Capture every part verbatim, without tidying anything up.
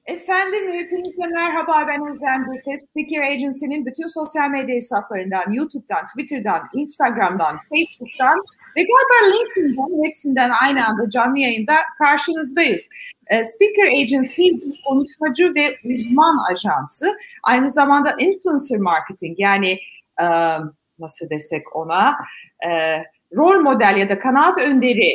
Efendim hepinize merhaba, ben Özlem Gürses. Speaker Agency'nin bütün sosyal medya hesaplarından, YouTube'dan, Twitter'dan, Instagram'dan, Facebook'tan ve galiba LinkedIn'den hepsinden aynı anda canlı yayında karşınızdayız. Speaker Agency bir konuşmacı ve uzman ajansı. Aynı zamanda influencer marketing, yani nasıl desek ona, rol model ya da kanaat önderi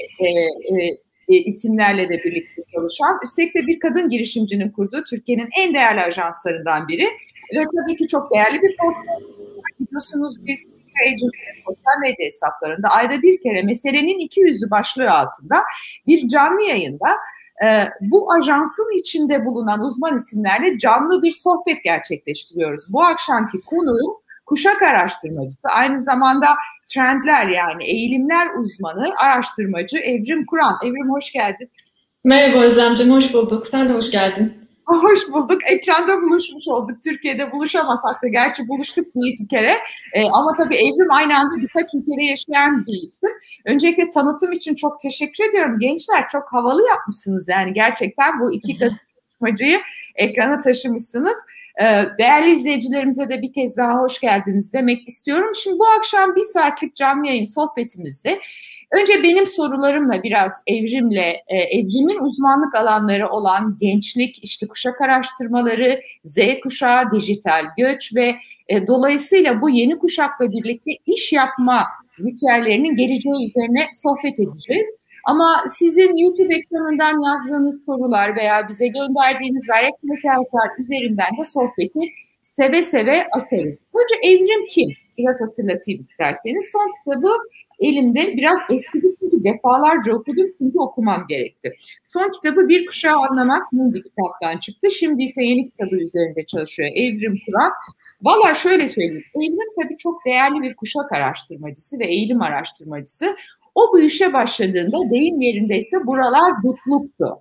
E, isimlerle de birlikte çalışan, üstelik de bir kadın girişimcinin kurduğu Türkiye'nin en değerli ajanslarından biri ve tabii ki çok değerli bir portföy. Biliyorsunuz biz sosyal medya hesaplarında ayda bir kere meselenin iki yüzü başlığı altında bir canlı yayında e, bu ajansın içinde bulunan uzman isimlerle canlı bir sohbet gerçekleştiriyoruz. Bu akşamki konuğum kuşak araştırmacısı, aynı zamanda trendler yani eğilimler uzmanı, araştırmacı Evrim Kur'an. Evrim, hoş geldin. Merhaba Özlemciğim, hoş bulduk. Sen de hoş geldin. Hoş bulduk. Ekranda buluşmuş olduk. Türkiye'de buluşamasak da, gerçi buluştuk bir iki kere. Ee, ama tabii Evrim aynı anda birkaç ülkede yaşayan bir isim. Öncelikle tanıtım için çok teşekkür ediyorum. Gençler, çok havalı yapmışsınız yani. Gerçekten bu iki konuşmacıyı ekrana taşımışsınız. Değerli izleyicilerimize de bir kez daha hoş geldiniz demek istiyorum. Şimdi bu akşam bir saatlik canlı yayın sohbetimizde önce benim sorularımla biraz Evrim'le, Evrim'in uzmanlık alanları olan gençlik, işte kuşak araştırmaları, Z kuşağı, dijital göç ve e, dolayısıyla bu yeni kuşakla birlikte iş yapma ritüellerinin geleceği üzerine sohbet edeceğiz. Ama sizin YouTube ekranından yazdığınız sorular veya bize gönderdiğiniz direct mesajlar üzerinden de sohbeti seve seve atarız. Önce Evrim kim? Biraz hatırlatayım isterseniz. Son kitabı elimde, biraz eski çünkü defalarca okudum çünkü okumam gerekti. Son kitabı Bir Kuşağı Anlamak bir kitaptan çıktı. Şimdi ise yeni kitabı üzerinde çalışıyor Evrim Kur'an. Valla şöyle söyleyeyim. Evrim tabii çok değerli bir kuşak araştırmacısı ve eğilim araştırmacısı. O bu işe başladığında deyim yerindeyse buralar dutluktu.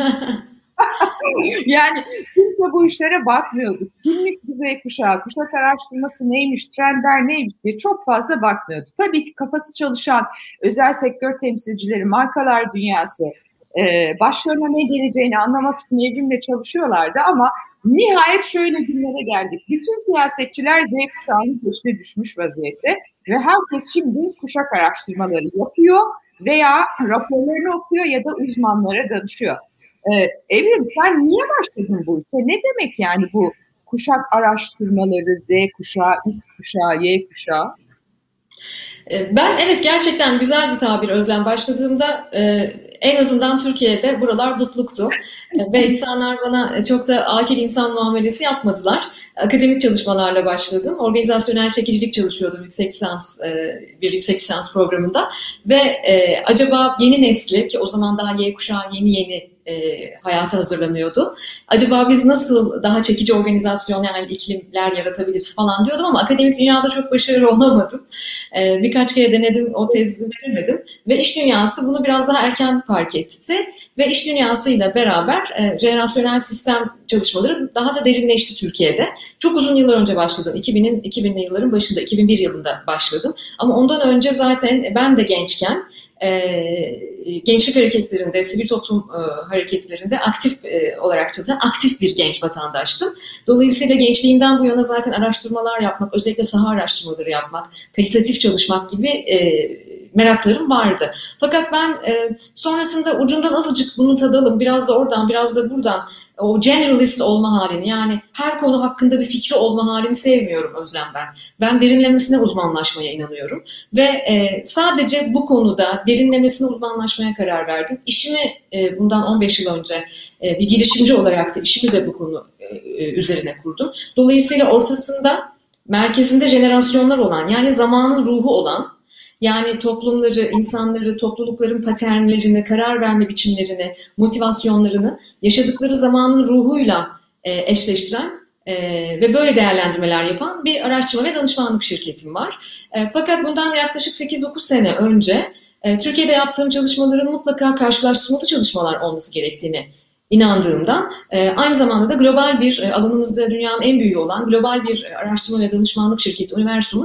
Yani kimse bu işlere bakmıyordu. Kimmiş Z kuşağı, kuşak araştırması neymiş, trendler neymiş diye çok fazla bakmıyordu. Tabii ki kafası çalışan özel sektör temsilcileri, markalar dünyası e, başlarına ne geleceğini anlamak için Evrim'le çalışıyorlardı ama nihayet şöyle günlere geldik. Bütün siyasetçiler Z kuşağının peşine düşmüş vaziyette ve herkes şimdi kuşak araştırmaları yapıyor veya raporlarını okuyor ya da uzmanlara danışıyor. Ee, Evrim, sen niye başladın bu işe? Ne demek yani bu kuşak araştırmaları, Z kuşağı, X kuşağı, Y kuşağı? Ben evet, gerçekten güzel bir tabir Özlem. Başladığımda e, en azından Türkiye'de buralar dutluktu. E, ve insanlar bana çok da akil insan muamelesi yapmadılar. Akademik çalışmalarla başladım. Organizasyonel çekicilik çalışıyordum yüksek lisans, e, bir yüksek lisans programında. Ve e, acaba yeni nesli, ki o zaman daha Y kuşağı yeni yeni E, hayata hazırlanıyordu. Acaba biz nasıl daha çekici organizasyonel iklimler yaratabiliriz falan diyordum ama akademik dünyada çok başarılı olamadım. E, birkaç kere denedim, o tezi veremedim ve iş dünyası bunu biraz daha erken fark etti ve iş dünyasıyla beraber e, jenerasyonel sistem çalışmaları daha da derinleşti Türkiye'de. Çok uzun yıllar önce başladım. iki binin iki binli yılların başında, iki bin bir yılında başladım. Ama ondan önce zaten ben de gençken Ee, gençlik hareketlerinde, sivil toplum e, hareketlerinde aktif e, olarak çalışan aktif bir genç vatandaştım. Dolayısıyla gençliğimden bu yana zaten araştırmalar yapmak, özellikle saha araştırmaları yapmak, kalitatif çalışmak gibi e, meraklarım vardı. Fakat ben e, sonrasında ucundan azıcık bunu tadalım, biraz da oradan, biraz da buradan, o generalist olma halini, yani her konu hakkında bir fikri olma halini sevmiyorum Özlem ben. Ben derinlemesine uzmanlaşmaya inanıyorum ve e, sadece bu konuda derinlemesine uzmanlaşmaya karar verdim. İşimi e, bundan on beş yıl önce e, bir girişimci olarak da işimi de bu konu e, üzerine kurdum. Dolayısıyla ortasında, merkezinde jenerasyonlar olan, yani zamanın ruhu olan, yani toplumları, insanları, toplulukların paternlerini, karar verme biçimlerini, motivasyonlarını yaşadıkları zamanın ruhuyla e, eşleştiren e, ve böyle değerlendirmeler yapan bir araştırma ve danışmanlık şirketim var. E, fakat bundan yaklaşık sekiz dokuz sene önce e, Türkiye'de yaptığım çalışmaların mutlaka karşılaştırmalı çalışmalar olması gerektiğini inandığımdan, e, aynı zamanda da global bir, e, alanımızda dünyanın en büyüğü olan global bir araştırma ve danışmanlık şirketi Universum'un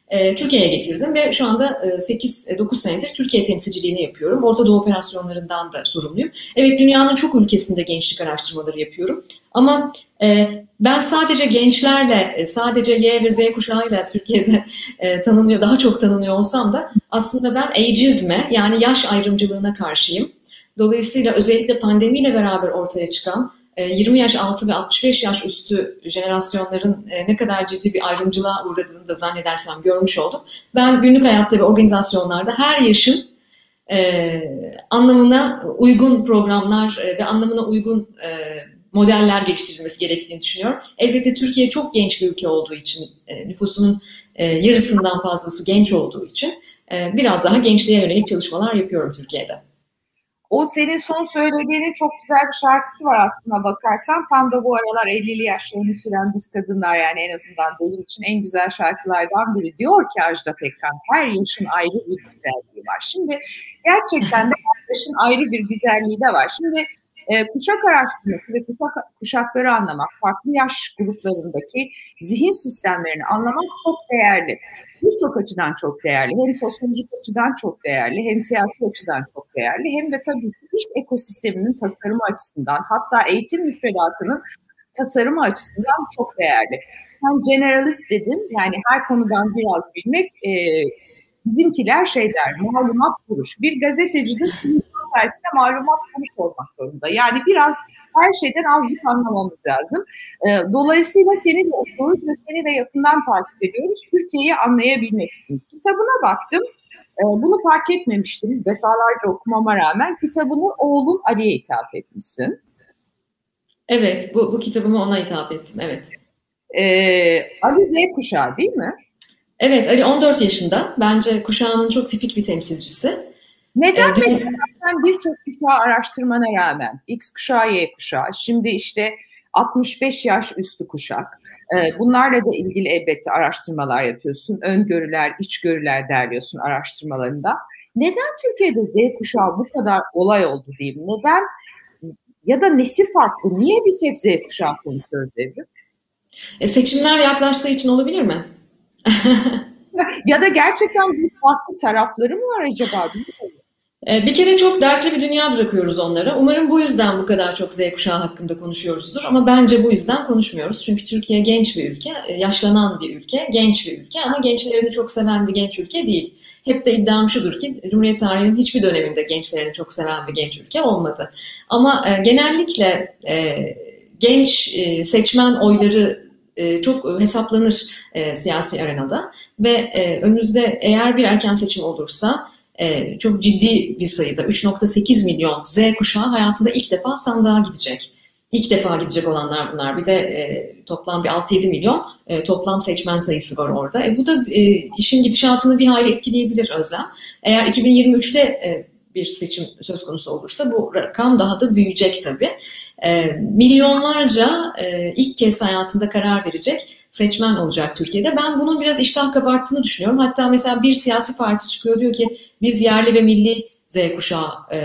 e, Türkiye'ye getirdim ve şu anda e, sekiz dokuz senedir Türkiye temsilciliğini yapıyorum. Orta Doğu operasyonlarından da sorumluyum. Evet, dünyanın çok ülkesinde gençlik araştırmaları yapıyorum. Ama e, ben sadece gençlerle, sadece Y ve Z kuşağıyla Türkiye'de e, tanınıyor, daha çok tanınıyor olsam da aslında ben ageizme, yani yaş ayrımcılığına karşıyım. Dolayısıyla özellikle pandemiyle beraber ortaya çıkan yirmi yaş altı ve altmış beş yaş üstü jenerasyonların ne kadar ciddi bir ayrımcılığa uğradığını da zannedersem görmüş oldum. Ben günlük hayatta ve organizasyonlarda her yaşın e, anlamına uygun programlar e, ve anlamına uygun e, modeller geliştirilmesi gerektiğini düşünüyorum. Elbette Türkiye çok genç bir ülke olduğu için, e, nüfusunun e, yarısından fazlası genç olduğu için e, biraz daha gençliğe yönelik çalışmalar yapıyorum Türkiye'de. O senin son söylediğinin çok güzel bir şarkısı var aslında bakarsan. Tam da bu aralar ellili yaşlarını süren biz kadınlar, yani en azından benim için en güzel şarkılardan biri. Diyor ki Ajda Pekkan, her yaşın ayrı bir güzelliği var. Şimdi gerçekten de her yaşın ayrı bir güzelliği de var. Şimdi e, kuşak araştırması ve kuşak, kuşakları anlamak, farklı yaş gruplarındaki zihin sistemlerini anlamak çok değerli. Birçok açıdan çok değerli. Hem sosyolojik açıdan çok değerli, hem siyasi açıdan çok değerli, hem de tabii ki iş ekosisteminin tasarımı açısından, hatta eğitim müfredatının tasarımı açısından çok değerli. Sen generalist dedin, yani her konudan biraz bilmek, e, bizimkiler şey der, malumat kuruş. Bir gazetecinin sunumsunun karşısında malumat kuruş olmak zorunda. Yani biraz her şeyden azıcık anlamamız lazım. E, dolayısıyla seni de okuyoruz ve seni de yakından takip ediyoruz. Türkiye'yi anlayabilmek için. Kitabına baktım. E, bunu fark etmemiştim. Defalarca okumama rağmen kitabını oğlun Ali'ye ithaf etmişsin. Evet, bu, bu kitabımı ona ithaf ettim, evet. E, Ali Z kuşağı değil mi? Evet, Ali on dört yaşında. Bence kuşağının çok tipik bir temsilcisi. Neden ee, mesela sen birçok kuşağı araştırmana rağmen, X kuşağı, Y kuşağı, şimdi işte altmış beş yaş üstü kuşak, e, bunlarla da ilgili elbette araştırmalar yapıyorsun, öngörüler, içgörüler derliyorsun araştırmalarında. Neden Türkiye'de Z kuşağı bu kadar olay oldu diyeyim? Neden? Ya da nesi farklı? Niye biz hep Z kuşağı konuşuyoruz Evrim? E, seçimler yaklaştığı için olabilir mi? Ya da gerçekten bir farklı tarafları mı var acaba? Bir kere çok dertli bir dünya bırakıyoruz onlara. Umarım bu yüzden bu kadar çok Z kuşağı hakkında konuşuyoruzdur. Ama bence bu yüzden konuşmuyoruz. Çünkü Türkiye genç bir ülke, yaşlanan bir ülke, genç bir ülke ama gençlerini çok seven bir genç ülke değil. Hep de iddiam şudur ki Cumhuriyet tarihinin hiçbir döneminde gençlerini çok seven bir genç ülke olmadı. Ama genellikle genç seçmen oyları çok hesaplanır siyasi arenada ve önümüzde eğer bir erken seçim olursa Ee, çok ciddi bir sayıda üç nokta sekiz milyon Z kuşağı hayatında ilk defa sandığa gidecek. İlk defa gidecek olanlar bunlar. Bir de e, toplam bir altı yedi milyon e, toplam seçmen sayısı var orada. E, bu da e, işin gidişatını bir hayli etkileyebilir Özlem. Eğer iki bin yirmi üçte e, bir seçim söz konusu olursa bu rakam daha da büyüyecek tabii. E, milyonlarca e, ilk kez hayatında karar verecek seçmen olacak Türkiye'de. Ben bunun biraz iştah kabarttığını düşünüyorum. Hatta mesela bir siyasi parti çıkıyor diyor ki biz yerli ve milli Z kuşağı e,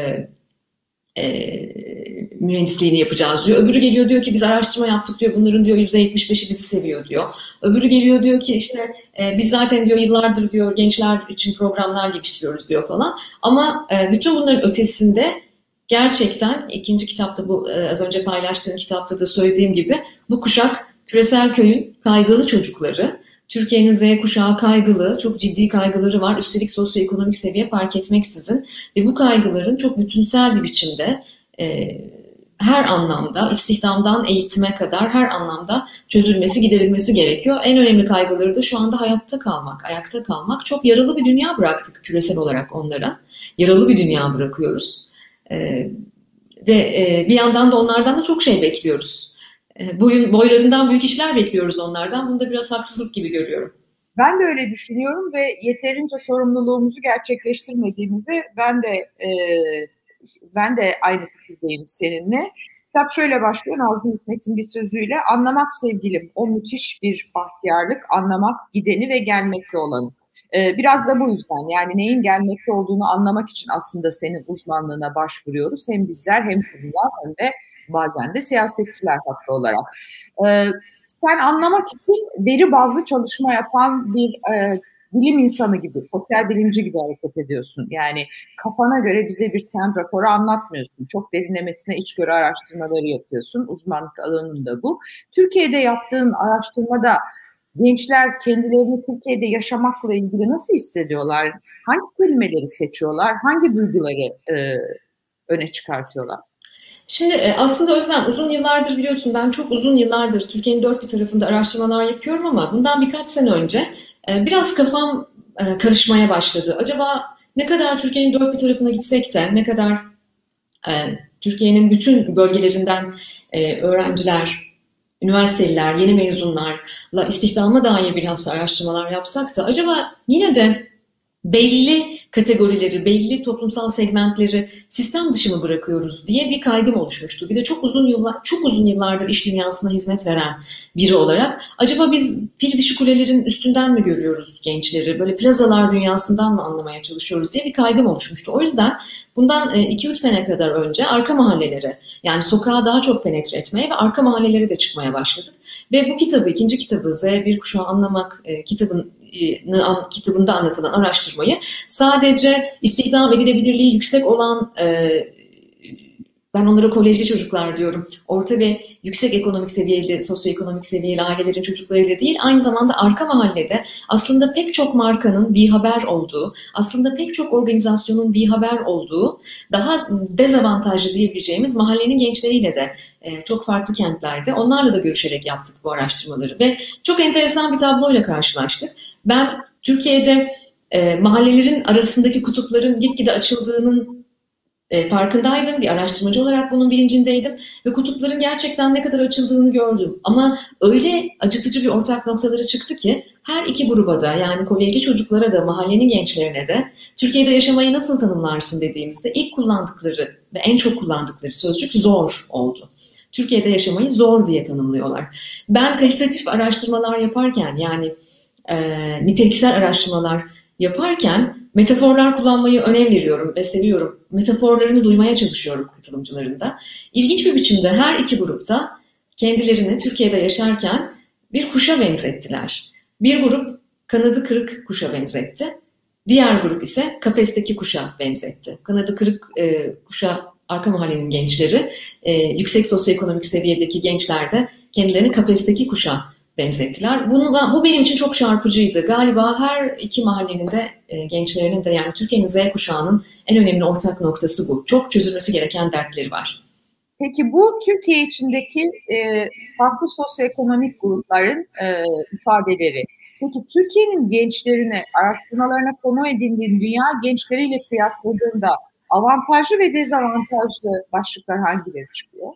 e, mühendisliğini yapacağız diyor. Öbürü geliyor diyor ki biz araştırma yaptık diyor. Bunların diyor yüzde yetmiş beşi bizi seviyor diyor. Öbürü geliyor diyor ki işte e, biz zaten diyor yıllardır diyor gençler için programlar geliştiriyoruz diyor falan. Ama e, bütün bunların ötesinde gerçekten ikinci kitapta bu e, az önce paylaştığım kitapta da söylediğim gibi bu kuşak küresel köyün kaygılı çocukları. Türkiye'nin Z kuşağı kaygılı, çok ciddi kaygıları var. Üstelik sosyoekonomik seviye fark etmeksizin. Ve bu kaygıların çok bütünsel bir biçimde e, her anlamda, istihdamdan eğitime kadar her anlamda çözülmesi, giderilmesi gerekiyor. En önemli kaygıları da şu anda hayatta kalmak, ayakta kalmak. Çok yaralı bir dünya bıraktık küresel olarak onlara. Yaralı bir dünya bırakıyoruz. E, ve e, bir yandan da onlardan da çok şey bekliyoruz. Boyun, boylarından büyük işler bekliyoruz onlardan. Bunu da biraz haksızlık gibi görüyorum. Ben de öyle düşünüyorum ve yeterince sorumluluğumuzu gerçekleştirmediğimizi ben de e, ben de aynı fikirdeyim seninle. Kitap şöyle başlıyor Nazım Hikmet'in bir sözüyle: anlamak sevgilim, o müthiş bir bahtiyarlık, anlamak gideni ve gelmekte olanı. Ee, biraz da bu yüzden, yani neyin gelmekte olduğunu anlamak için aslında senin uzmanlığına başvuruyoruz. Hem bizler hem kurumlar hem de bazen de siyasetçiler haklı olarak. Ee, sen anlamak için veri bazlı çalışma yapan bir e, bilim insanı gibi, sosyal bilimci gibi hareket ediyorsun. Yani kafana göre bize bir trend raporu anlatmıyorsun. Çok derinlemesine içgörü araştırmaları yapıyorsun. Uzmanlık alanın da bu. Türkiye'de yaptığın araştırmada gençler kendilerini Türkiye'de yaşamakla ilgili nasıl hissediyorlar? Hangi kelimeleri seçiyorlar? Hangi duyguları e, öne çıkartıyorlar? Şimdi aslında Özlem, uzun yıllardır biliyorsun, ben çok uzun yıllardır Türkiye'nin dört bir tarafında araştırmalar yapıyorum ama bundan birkaç sene önce biraz kafam karışmaya başladı. Acaba ne kadar Türkiye'nin dört bir tarafına gitsek de, ne kadar Türkiye'nin bütün bölgelerinden öğrenciler, üniversiteliler, yeni mezunlarla istihdama dair bilhassa araştırmalar yapsak da acaba yine de belli kategorileri, belli toplumsal segmentleri sistem dışı mı bırakıyoruz diye bir kaygım oluşmuştu. Bir de çok uzun yıllar, çok uzun yıllardır iş dünyasına hizmet veren biri olarak acaba biz fil dişi kulelerin üstünden mi görüyoruz gençleri, böyle plazalar dünyasından mı anlamaya çalışıyoruz diye bir kaygım oluşmuştu. O yüzden bundan iki üç sene kadar önce arka mahallelere, yani sokağa daha çok penetre etmeye ve arka mahallelere de çıkmaya başladık. Ve bu kitabı, ikinci kitabı Z bir Kuşağı Anlamak kitabın kitabında anlatılan araştırmayı sadece istihdam edilebilirliği yüksek olan, ben onlara kolejli çocuklar diyorum, orta ve yüksek ekonomik seviyeli, sosyoekonomik seviyeli ailelerin çocuklarıyla değil, aynı zamanda arka mahallede aslında pek çok markanın bir haber olduğu, aslında pek çok organizasyonun bir haber olduğu, daha dezavantajlı diyebileceğimiz mahallenin gençleriyle de çok farklı kentlerde, onlarla da görüşerek yaptık bu araştırmaları ve çok enteresan bir tabloyla karşılaştık. Ben Türkiye'de e, mahallelerin arasındaki kutupların gitgide açıldığının e, farkındaydım. Bir araştırmacı olarak bunun bilincindeydim ve kutupların gerçekten ne kadar açıldığını gördüm. Ama öyle acıtıcı bir ortak noktaları çıktı ki her iki gruba da, yani kolejli çocuklara da, mahallenin gençlerine de Türkiye'de yaşamayı nasıl tanımlarsın dediğimizde ilk kullandıkları ve en çok kullandıkları sözcük zor oldu. Türkiye'de yaşamayı zor diye tanımlıyorlar. Ben kalitatif araştırmalar yaparken, yani e, niteliksel araştırmalar yaparken metaforlar kullanmayı önem veriyorum ve seviyorum. Metaforlarını duymaya çalışıyorum katılımcıların da. İlginç bir biçimde her iki grupta kendilerini Türkiye'de yaşarken bir kuşa benzettiler. Bir grup kanadı kırık kuşa benzetti. Diğer grup ise kafesteki kuşa benzetti. Kanadı kırık e, kuşa arka mahallenin gençleri, e, yüksek sosyoekonomik seviyedeki gençler de kendilerini kafesteki kuşa benzettiler. Bunu, bu benim için çok çarpıcıydı. Galiba her iki mahallenin de e, gençlerinin de, yani Türkiye'nin Z kuşağının en önemli ortak noktası bu. Çok çözülmesi gereken dertleri var. Peki bu Türkiye içindeki e, farklı sosyoekonomik grupların e, ifadeleri. Peki Türkiye'nin gençlerine, araştırmalarına konu edindiğin dünya gençleriyle kıyasladığında avantajlı ve dezavantajlı başlıklar hangileri çıkıyor?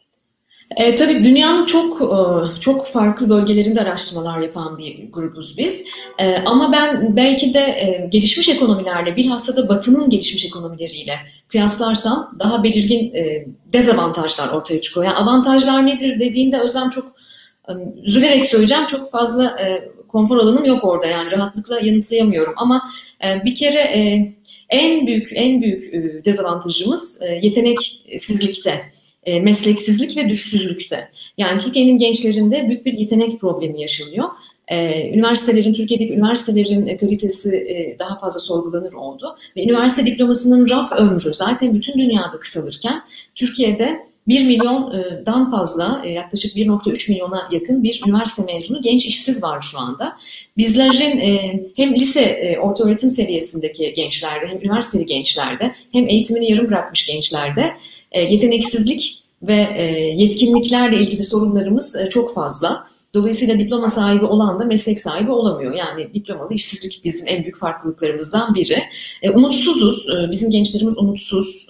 E, tabii dünyanın çok çok farklı bölgelerinde araştırmalar yapan bir grubuz biz. E, ama ben belki de e, gelişmiş ekonomilerle, bilhassa da Batı'nın gelişmiş ekonomileriyle kıyaslarsam daha belirgin e, dezavantajlar ortaya çıkıyor. Yani avantajlar nedir dediğinde Özlem, çok e, üzülerek söyleyeceğim, çok fazla e, konfor alanım yok orada, yani rahatlıkla yanıtlayamıyorum. Ama e, bir kere e, en büyük en büyük e, dezavantajımız e, yeteneksizlikte. E, mesleksizlik ve düşsüzlükte. Yani Türkiye'nin gençlerinde büyük bir yetenek problemi yaşanıyor. E, üniversitelerin, Türkiye'deki üniversitelerin kalitesi e, daha fazla sorgulanır oldu. Ve üniversite diplomasının raf ömrü zaten bütün dünyada kısalırken Türkiye'de bir milyondan fazla, yaklaşık bir nokta üç milyona yakın bir üniversite mezunu genç işsiz var şu anda. Bizlerin hem lise, orta öğretim seviyesindeki gençlerde, hem üniversiteli gençlerde, hem eğitimini yarım bırakmış gençlerde yeteneksizlik ve yetkinliklerle ilgili sorunlarımız çok fazla. Dolayısıyla diploma sahibi olan da meslek sahibi olamıyor. Yani diplomalı işsizlik bizim en büyük farklılıklarımızdan biri. Umutsuzuz, bizim gençlerimiz umutsuz.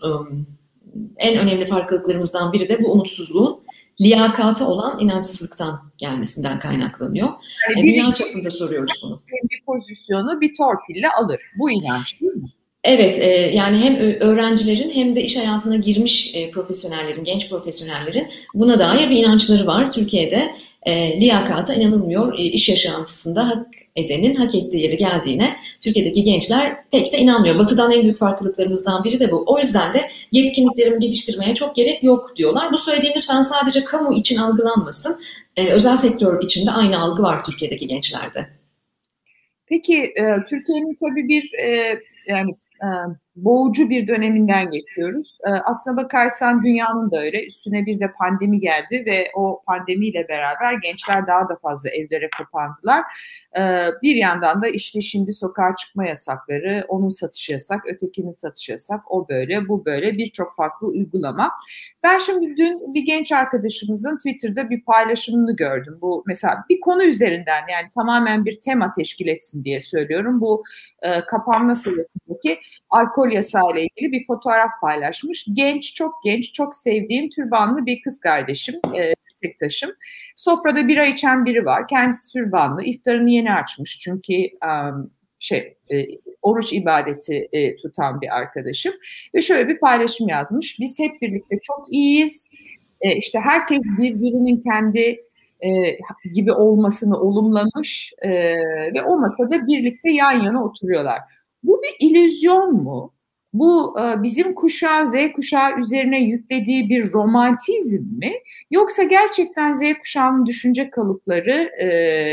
En önemli farklılıklarımızdan biri de bu umutsuzluğun liyakata olan inançsızlıktan gelmesinden kaynaklanıyor. Yani dünya bir, çapında soruyoruz bunu. Bir pozisyonu bir torpille alır. Bu inanç değil mi? Evet, e, yani hem öğrencilerin hem de iş hayatına girmiş e, profesyonellerin, genç profesyonellerin buna dair bir inançları var. Türkiye'de e, liyakata inanılmıyor. E, iş yaşantısında hak edenin hak ettiği yere geldiğine Türkiye'deki gençler pek de inanmıyor. Batı'dan en büyük farklılıklarımızdan biri de bu. O yüzden de yetkinliklerimi geliştirmeye çok gerek yok diyorlar. Bu söylediğim lütfen sadece kamu için algılanmasın. E, özel sektör içinde aynı algı var Türkiye'deki gençlerde. Peki e, Türkiye'nin tabii bir e, yani e, boğucu bir döneminden geçiyoruz. E, aslına bakarsan dünyanın da öyle. Üstüne bir de pandemi geldi ve o pandemiyle beraber gençler daha da fazla evlere kapandılar. E, bir yandan da işte şimdi sokağa çıkma yasakları, onun satışı yasak, ötekinin satışı yasak, o böyle, bu böyle birçok farklı uygulama. Ben şimdi dün bir genç arkadaşımızın Twitter'da bir paylaşımını gördüm. Bu mesela bir konu üzerinden, yani tamamen bir tema teşkil etsin diye söylüyorum. Bu e, kapanma sırasındaki alkol yasağı ile ilgili bir fotoğraf paylaşmış. Genç, çok genç, çok sevdiğim türbanlı bir kız kardeşim, e, meslektaşım. Sofrada bira içen biri var. Kendisi türbanlı. İftarını yeni açmış çünkü um, şey e, oruç ibadeti e, tutan bir arkadaşım. Ve şöyle bir paylaşım yazmış. Biz hep birlikte çok iyiyiz. E, işte herkes birbirinin kendi e, gibi olmasını olumlamış e, ve o masada birlikte yan yana oturuyorlar. Bu bir illüzyon mu? Bu e, bizim kuşağı, Z kuşağı üzerine yüklediği bir romantizm mi? Yoksa gerçekten Z kuşağının düşünce kalıpları e,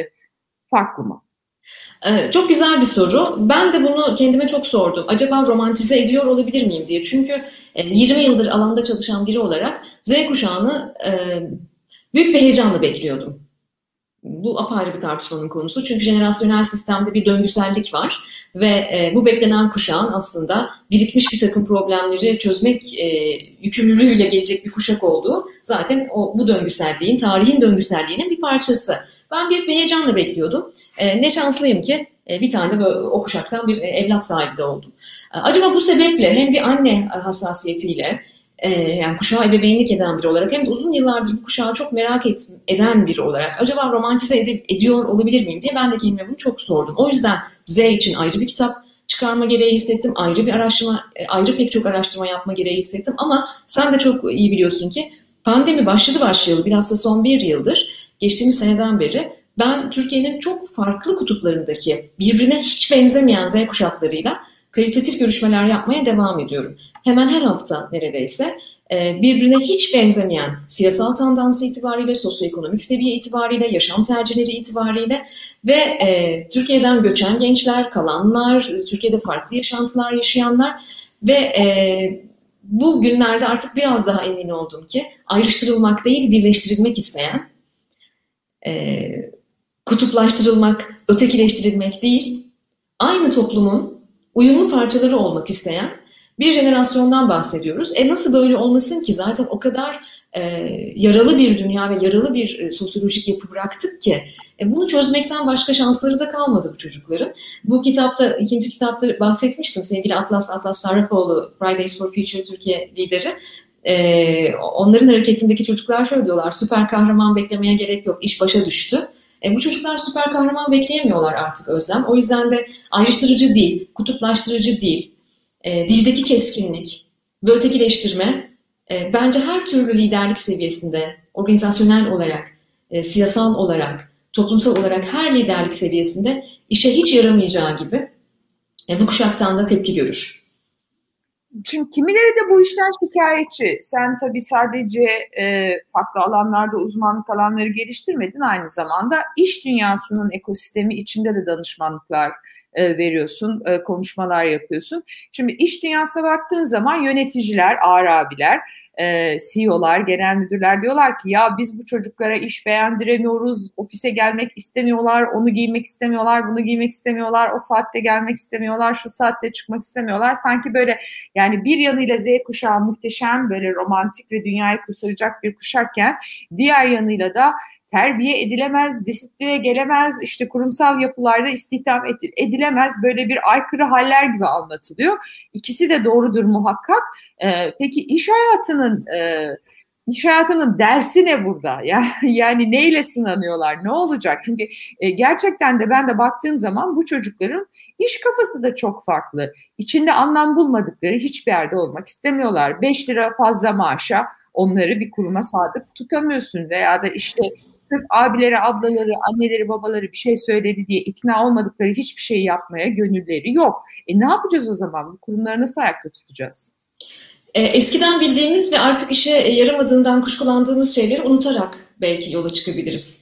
farklı mı? Ee, çok güzel bir soru. Ben de bunu kendime çok sordum. Acaba romantize ediyor olabilir miyim diye. Çünkü e, yirmi yıldır alanda çalışan biri olarak Z kuşağını e, büyük bir heyecanla bekliyordum. Bu apayrı bir tartışmanın konusu. Çünkü jenerasyonel sistemde bir döngüsellik var ve e, bu beklenen kuşağın aslında birikmiş bir takım problemleri çözmek e, yükümlülüğüyle gelecek bir kuşak olduğu zaten o bu döngüselliğin, tarihin döngüselliğinin bir parçası. Ben büyük bir heyecanla bekliyordum. E, ne şanslıyım ki e, bir tane de böyle, o kuşaktan bir evlat sahibi de oldum. E, acaba bu sebeple hem bir anne hassasiyetiyle e, yani kuşağa ebeveynlik eden biri olarak hem de uzun yıllardır bu kuşağı çok merak et, eden biri olarak acaba romantize ed- ediyor olabilir miyim diye ben de kendime bunu çok sordum. O yüzden Z için ayrı bir kitap çıkarma gereği hissettim. Ayrı bir araştırma, ayrı pek çok araştırma yapma gereği hissettim. Ama sen de çok iyi biliyorsun ki pandemi başladı başlayalı bilhassa son bir yıldır, geçtiğimiz seneden beri ben Türkiye'nin çok farklı kutuplarındaki birbirine hiç benzemeyen Z kuşaklarıyla kalitatif görüşmeler yapmaya devam ediyorum. Hemen her hafta neredeyse birbirine hiç benzemeyen siyasal tandansı itibariyle, sosyoekonomik seviye itibariyle, yaşam tercihleri itibariyle ve e, Türkiye'den göçen gençler, kalanlar, Türkiye'de farklı yaşantılar yaşayanlar ve e, bu günlerde artık biraz daha emin oldum ki ayrıştırılmak değil, birleştirilmek isteyen, e, kutuplaştırılmak, ötekileştirilmek değil, aynı toplumun uyumlu parçaları olmak isteyen bir jenerasyondan bahsediyoruz. E nasıl böyle olmasın ki? Zaten o kadar e, yaralı bir dünya ve yaralı bir e, sosyolojik yapı bıraktık ki e, bunu çözmekten başka şansları da kalmadı bu çocukların. Bu kitapta, ikinci kitapta bahsetmiştim. Sevgili Atlas, Atlas Sarrafoğlu, Fridays for Future Türkiye lideri. E, onların hareketindeki çocuklar şöyle diyorlar: süper kahraman beklemeye gerek yok, iş başa düştü. E, bu çocuklar süper kahraman bekleyemiyorlar artık Özlem. O yüzden de ayrıştırıcı değil, kutuplaştırıcı değil, e, dildeki keskinlik ve ötekileştirme e, bence her türlü liderlik seviyesinde, organizasyonel olarak, e, siyasal olarak, toplumsal olarak her liderlik seviyesinde işe hiç yaramayacağı gibi e, bu kuşaktan da tepki görür. Şimdi kimileri de bu işten şikayetçi. Sen tabii sadece e, farklı alanlarda uzmanlık alanları geliştirmedin. Aynı zamanda iş dünyasının ekosistemi içinde de danışmanlıklar e, veriyorsun, e, konuşmalar yapıyorsun. Şimdi iş dünyasına baktığın zaman yöneticiler, ağır abiler, e, C E O'lar, genel müdürler diyorlar ki ya biz bu çocuklara iş beğendiremiyoruz, ofise gelmek istemiyorlar, onu giymek istemiyorlar, bunu giymek istemiyorlar, o saatte gelmek istemiyorlar, şu saatte çıkmak istemiyorlar. Sanki böyle, yani bir yanıyla Z kuşağı muhteşem, böyle romantik ve dünyayı kurtaracak bir kuşakken diğer yanıyla da terbiye edilemez, disipline gelemez, işte kurumsal yapılarda istihdam edilemez, böyle bir aykırı haller gibi anlatılıyor. İkisi de doğrudur muhakkak. Ee, peki iş hayatının e, iş hayatının dersi ne burada? Yani, yani neyle sınanıyorlar? Ne olacak? Çünkü e, gerçekten de ben de baktığım zaman bu çocukların iş kafası da çok farklı. İçinde anlam bulmadıkları hiçbir yerde olmak istemiyorlar. beş lira fazla maaşa onları bir kuruma sadık tutamıyorsun veya da işte sırf abileri, ablaları, anneleri, babaları bir şey söyledi diye ikna olmadıkları hiçbir şey yapmaya gönülleri yok. E ne yapacağız o zaman? Bu kurumları nasıl ayakta tutacağız? Eskiden bildiğimiz ve artık işe yaramadığından kuşkulandığımız şeyleri unutarak belki yola çıkabiliriz.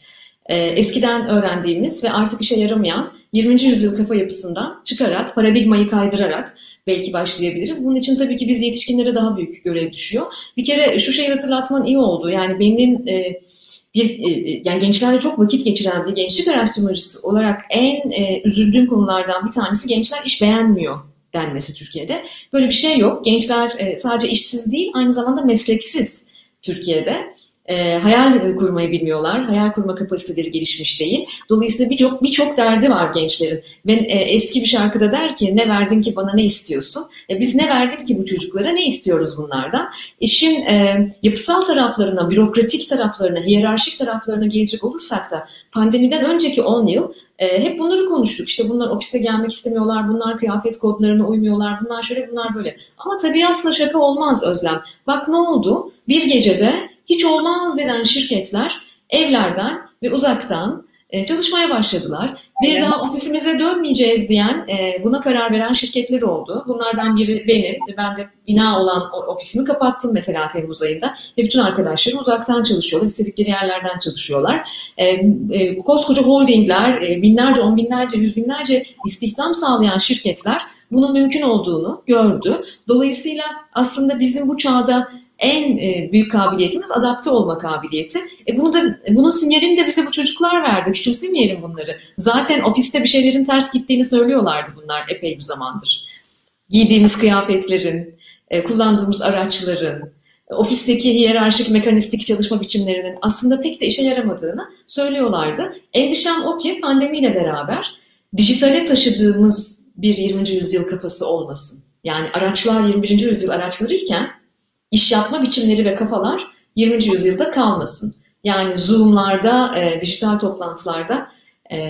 e, eskiden öğrendiğimiz ve artık işe yaramayan yirminci yüzyıl kafa yapısından çıkarak, paradigmayı kaydırarak belki başlayabiliriz. Bunun için tabii ki biz yetişkinlere daha büyük görev düşüyor. Bir kere şu şeyi hatırlatman iyi oldu. Yani benim e, bir e, yani gençlerle çok vakit geçiren bir gençlik araştırmacısı olarak en e, üzüldüğüm konulardan bir tanesi gençler iş beğenmiyor denmesi Türkiye'de. Böyle bir şey yok. Gençler e, sadece işsiz değil, aynı zamanda mesleksiz Türkiye'de. E, hayal kurmayı bilmiyorlar. Hayal kurma kapasiteleri gelişmiş değil. Dolayısıyla birçok birçok derdi var gençlerin. Ben e, eski bir şarkıda der ki ne verdin ki bana ne istiyorsun? E, biz ne verdik ki bu çocuklara, ne istiyoruz bunlardan? İşin e, yapısal taraflarına, bürokratik taraflarına, hiyerarşik taraflarına gelecek olursak da pandemiden önceki on yıl e, hep bunları konuştuk. İşte bunlar ofise gelmek istemiyorlar, bunlar kıyafet kodlarına uymuyorlar, bunlar şöyle, bunlar böyle. Ama tabiatla şaka olmaz Özlem. Bak ne oldu? Bir gecede hiç olmaz denen şirketler evlerden ve uzaktan e, çalışmaya başladılar. Bir evet. Daha ofisimize dönmeyeceğiz diyen, e, buna karar veren şirketler oldu. Bunlardan biri benim. Ben de bina olan ofisimi kapattım mesela Temmuz ayında. Ve bütün arkadaşlarım uzaktan çalışıyorlar. İstedikleri yerlerden çalışıyorlar. E, e, koskoca holdingler, e, binlerce, on binlerce, yüz binlerce istihdam sağlayan şirketler bunun mümkün olduğunu gördü. Dolayısıyla aslında bizim bu çağda en büyük kabiliyetimiz adapte olma kabiliyeti. E bunu da, bunun sinyalini de bize bu çocuklar verdi. Küçümsemeyelim bunları. Zaten ofiste bir şeylerin ters gittiğini söylüyorlardı bunlar epey bir zamandır. Giydiğimiz kıyafetlerin, kullandığımız araçların, ofisteki hiyerarşik, mekanistik çalışma biçimlerinin aslında pek de işe yaramadığını söylüyorlardı. Endişem o ki pandemiyle beraber dijitale taşıdığımız bir yirminci yüzyıl kafası olmasın. Yani araçlar yirmi birinci yüzyıl araçları iken İş yapma biçimleri ve kafalar yirminci yüzyılda kalmasın. Yani Zoom'larda, e, dijital toplantılarda e,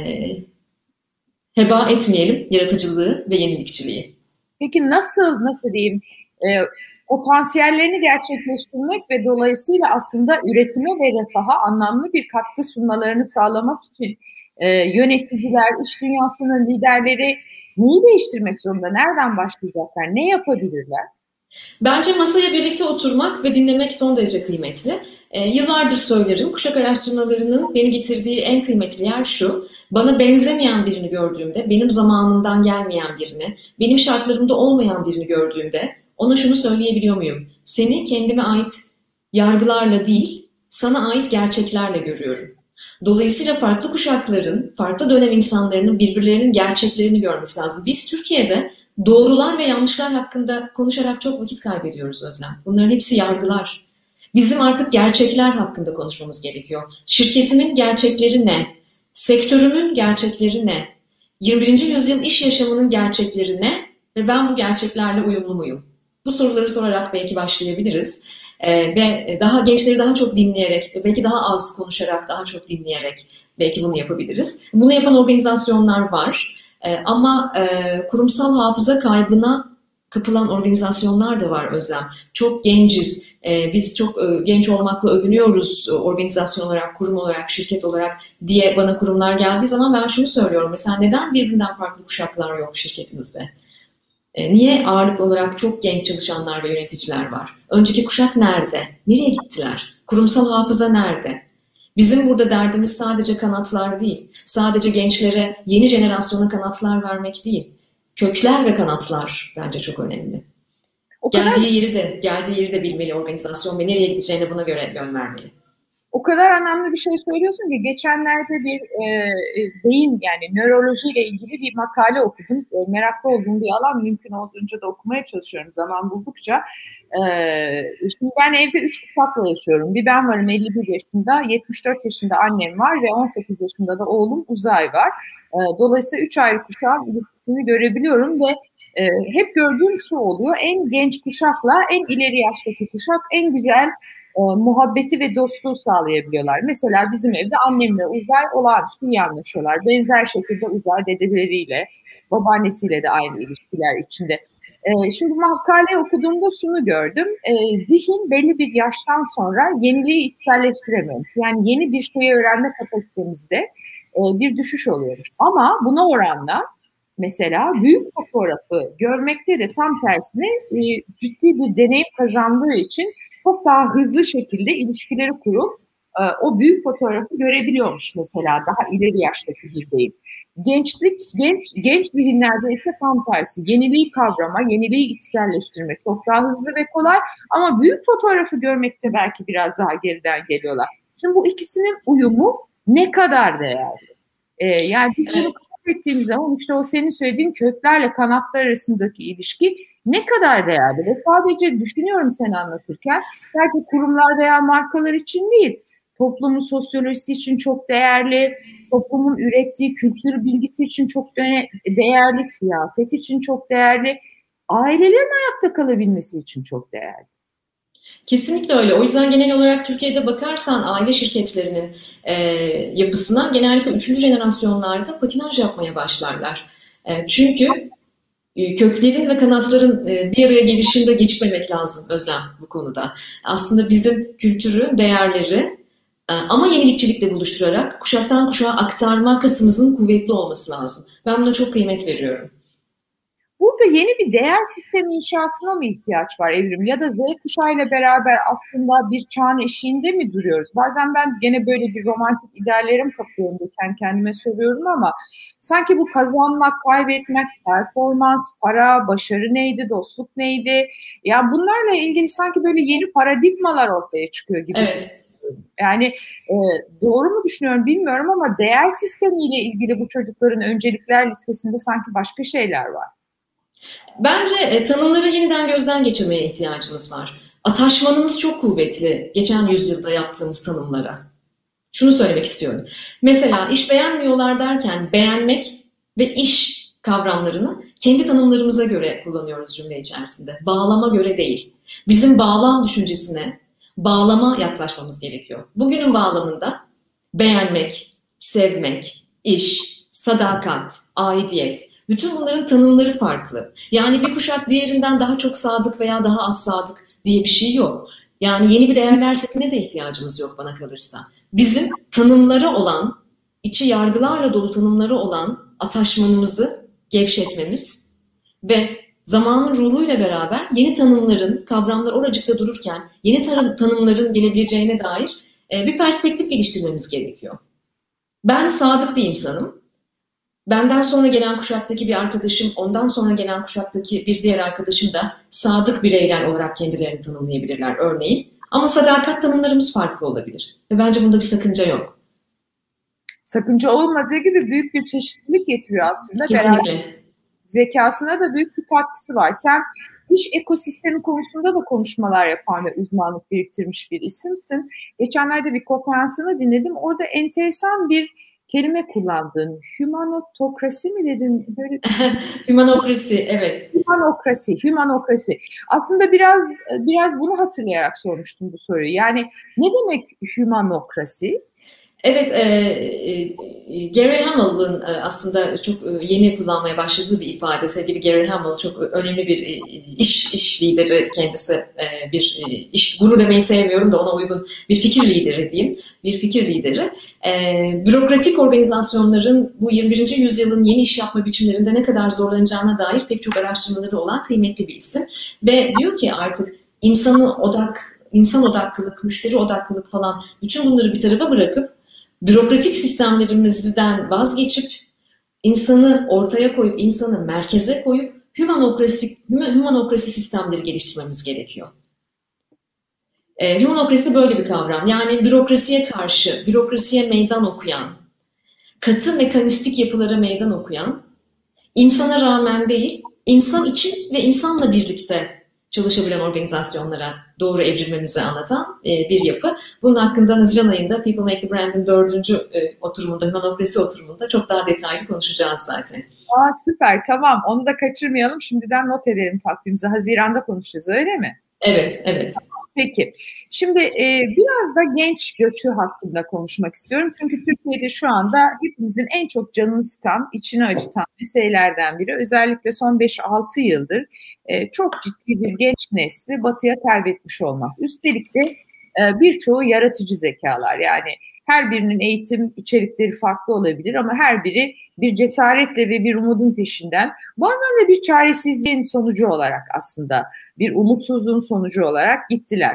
heba etmeyelim yaratıcılığı ve yenilikçiliği. Peki nasıl, nasıl diyeyim, e, potansiyellerini gerçekleştirmek ve dolayısıyla aslında üretime ve refaha anlamlı bir katkı sunmalarını sağlamak için e, yöneticiler, iş dünyasının liderleri neyi değiştirmek zorunda? Nereden başlayacaklar? Ne yapabilirler? Bence masaya birlikte oturmak ve dinlemek son derece kıymetli. E, yıllardır söylerim, kuşak araştırmalarının beni getirdiği en kıymetli yer şu: bana benzemeyen birini gördüğümde, benim zamanımdan gelmeyen birini, benim şartlarımda olmayan birini gördüğümde ona şunu söyleyebiliyor muyum? Seni kendime ait yargılarla değil, sana ait gerçeklerle görüyorum. Dolayısıyla farklı kuşakların, farklı dönem insanlarının birbirlerinin gerçeklerini görmesi lazım. Biz Türkiye'de doğrular ve yanlışlar hakkında konuşarak çok vakit kaybediyoruz Özlem. Bunların hepsi yargılar. Bizim artık gerçekler hakkında konuşmamız gerekiyor. Şirketimin gerçekleri ne? Sektörümün gerçekleri ne? yirmi birinci yüzyıl iş yaşamının gerçekleri ne? Ve ben bu gerçeklerle uyumlu muyum? Bu soruları sorarak belki başlayabiliriz. Ee, ve daha gençleri daha çok dinleyerek, belki daha az konuşarak, daha çok dinleyerek belki bunu yapabiliriz. Bunu yapan organizasyonlar var. Ee, ama e, kurumsal hafıza kaybına kapılan organizasyonlar da var Özlem. Çok genciz. Ee, biz çok e, genç olmakla övünüyoruz organizasyon olarak, kurum olarak, şirket olarak diye bana kurumlar geldiği zaman ben şunu söylüyorum. Mesela neden birbirinden farklı kuşaklar yok şirketimizde? Ee, niye ağırlıklı olarak çok genç çalışanlar ve yöneticiler var? Önceki kuşak nerede? Nereye gittiler? Kurumsal hafıza nerede? Bizim burada derdimiz sadece kanatlar değil, sadece gençlere, yeni jenerasyona kanatlar vermek değil. Kökler ve kanatlar bence çok önemli. O kadar, geldiği yeri de, geldiği yeri de bilmeli organizasyon ve nereye gideceğine buna göre yön vermeli. O kadar önemli bir şey söylüyorsun ki geçenlerde bir e, beyin yani nörolojiyle ilgili bir makale okudum. E, meraklı olduğum bir alan, mümkün olduğunca da okumaya çalışıyorum zaman buldukça. E, şimdi ben evde üç kuşakla yaşıyorum. Bir ben varım elli bir yaşında, yetmiş dört yaşında annem var ve on sekiz yaşında da oğlum Uzay var. E, dolayısıyla üç ayrı kuşağın ilişkisini görebiliyorum ve e, hep gördüğüm şu oluyor: en genç kuşakla en ileri yaştaki kuşak en güzel E, muhabbeti ve dostluğu sağlayabiliyorlar. Mesela bizim evde annemle Uzay olağanüstü iyi anlaşıyorlar. Benzer şekilde Uzay dedeleriyle, babaannesiyle de aynı ilişkiler içinde. E, şimdi makaleyi okuduğumda şunu gördüm. E, zihin belli bir yaştan sonra yeniliği içselleştiremiyor. Yani yeni bir şeyi öğrenme kapasitemizde e, bir düşüş oluyoruz. Ama buna oranla mesela büyük fotoğrafı görmekte de tam tersine e, ciddi bir deneyim kazandığı için çok daha hızlı şekilde ilişkileri kurup e, o büyük fotoğrafı görebiliyormuş mesela daha ileri yaştaki bir deyim. Gençlik, genç, genç zihinlerde ise tam tersi. Yeniliği kavrama, yeniliği içselleştirmek çok daha hızlı ve kolay ama büyük fotoğrafı görmekte belki biraz daha geriden geliyorlar. Şimdi bu ikisinin uyumu ne kadar değerli? Ee, yani biz bunu kabul ettiğimiz zaman işte o senin söylediğin köklerle kanatlar arasındaki ilişki ne kadar değerli? Ve sadece düşünüyorum sen anlatırken sadece kurumlar veya markalar için değil, toplumun sosyolojisi için çok değerli, toplumun ürettiği kültür bilgisi için çok değerli, siyaset için çok değerli, ailelerin ayakta kalabilmesi için çok değerli. Kesinlikle öyle. O yüzden genel olarak Türkiye'de bakarsan aile şirketlerinin e, yapısına genellikle üçüncü jenerasyonlarda patinaj yapmaya başlarlar. E, çünkü e, köklerin ve kanatların e, bir araya gelişinde gecikmemek lazım Özlem bu konuda. Aslında bizim kültürü, değerleri e, ama yenilikçilikle buluşturarak kuşaktan kuşağa aktarma kasımızın kuvvetli olması lazım. Ben buna çok kıymet veriyorum. Burada yeni bir değer sistemi inşasına mı ihtiyaç var Evrim? Ya da Z kuşağıyla beraber aslında bir çağın eşiğinde mi duruyoruz? Bazen ben gene böyle bir romantik ideallerim kapıyorum diye kendime soruyorum ama sanki bu kazanmak, kaybetmek, performans, para, başarı neydi, dostluk neydi? Ya bunlarla ilgili sanki böyle yeni paradigmalar ortaya çıkıyor gibi. Evet. Yani e, doğru mu düşünüyorum bilmiyorum ama değer sistemiyle ilgili bu çocukların öncelikler listesinde sanki başka şeyler var. Bence e, tanımları yeniden gözden geçirmeye ihtiyacımız var. Ataşmanımız çok kuvvetli geçen yüzyılda yaptığımız tanımlara. Şunu söylemek istiyorum. Mesela iş beğenmiyorlar derken beğenmek ve iş kavramlarını kendi tanımlarımıza göre kullanıyoruz cümle içerisinde. Bağlama göre değil. Bizim bağlam düşüncesine bağlama yaklaşmamız gerekiyor. Bugünün bağlamında beğenmek, sevmek, iş, sadakat, aidiyet, bütün bunların tanımları farklı. Yani bir kuşak diğerinden daha çok sadık veya daha az sadık diye bir şey yok. Yani yeni bir değerler setine de ihtiyacımız yok bana kalırsa. Bizim tanımları olan, içi yargılarla dolu tanımları olan ataşmanımızı gevşetmemiz ve zamanın ruhuyla beraber yeni tanımların, kavramlar oracıkta dururken yeni tanımların gelebileceğine dair bir perspektif geliştirmemiz gerekiyor. Ben sadık bir insanım. Benden sonra gelen kuşaktaki bir arkadaşım, ondan sonra gelen kuşaktaki bir diğer arkadaşım da sadık bireyler olarak kendilerini tanımlayabilirler örneğin. Ama sadakat tanımlarımız farklı olabilir. Ve bence bunda bir sakınca yok. Sakınca olmadığı gibi büyük bir çeşitlilik getiriyor aslında. Kesinlikle. Beraber zekasına da büyük bir katkısı var. Sen iş ekosistemi konusunda da konuşmalar yapan ve uzmanlık biriktirmiş bir isimsin. Geçenlerde bir konferansını dinledim. Orada enteresan bir kelime kullandın. Humanotokrasi mi dedin? Böyle... Humanokrasi, evet. Humanokrasi, humanokrasi. Aslında biraz biraz bunu hatırlayarak sormuştum bu soruyu. Yani ne demek humanokrasi? Evet, e, e, Gary Hamel'ın e, aslında çok e, yeni kullanmaya başladığı bir ifade. Sevgili Gary Hamel çok önemli bir e, iş iş lideri kendisi. E, bir e, iş guru demeyi sevmiyorum da ona uygun bir fikir lideri diyeyim. Bir fikir lideri. E, bürokratik organizasyonların bu yirmi birinci yüzyılın yeni iş yapma biçimlerinde ne kadar zorlanacağına dair pek çok araştırmaları olan kıymetli bir isim. Ve diyor ki artık insanı odak, insan odaklılık, müşteri odaklılık falan bütün bunları bir tarafa bırakıp bürokratik sistemlerimizden vazgeçip insanı ortaya koyup, insanı merkeze koyup humanokrasi, humanokrasi sistemleri geliştirmemiz gerekiyor. E, humanokrasi böyle bir kavram. Yani bürokrasiye karşı, bürokrasiye meydan okuyan, katı mekanistik yapılara meydan okuyan, insana rağmen değil, insan için ve insanla birlikte çalışabilen organizasyonlara doğru evrilmemizi anlatan e, bir yapı. Bunun hakkında Haziran ayında People Make the Brand'in dördüncü e, oturumunda, humanokrasi oturumunda çok daha detaylı konuşacağız zaten. Aa, süper, tamam. Onu da kaçırmayalım. Şimdiden not edelim takvimimize. Haziran'da konuşacağız, öyle mi? Evet, evet. Peki. Şimdi e, biraz da genç göçü hakkında konuşmak istiyorum. Çünkü Türkiye'de şu anda hepimizin en çok canını sıkan, içini acıtan meselelerden biri. Özellikle son beş altı yıldır e, çok ciddi bir genç nesli batıya kaybetmiş olmak. Üstelik de e, birçoğu yaratıcı zekalar. Yani her birinin eğitim içerikleri farklı olabilir ama her biri bir cesaretle ve bir umudun peşinden, bazen de bir çaresizliğin sonucu olarak aslında bir umutsuzluğun sonucu olarak gittiler.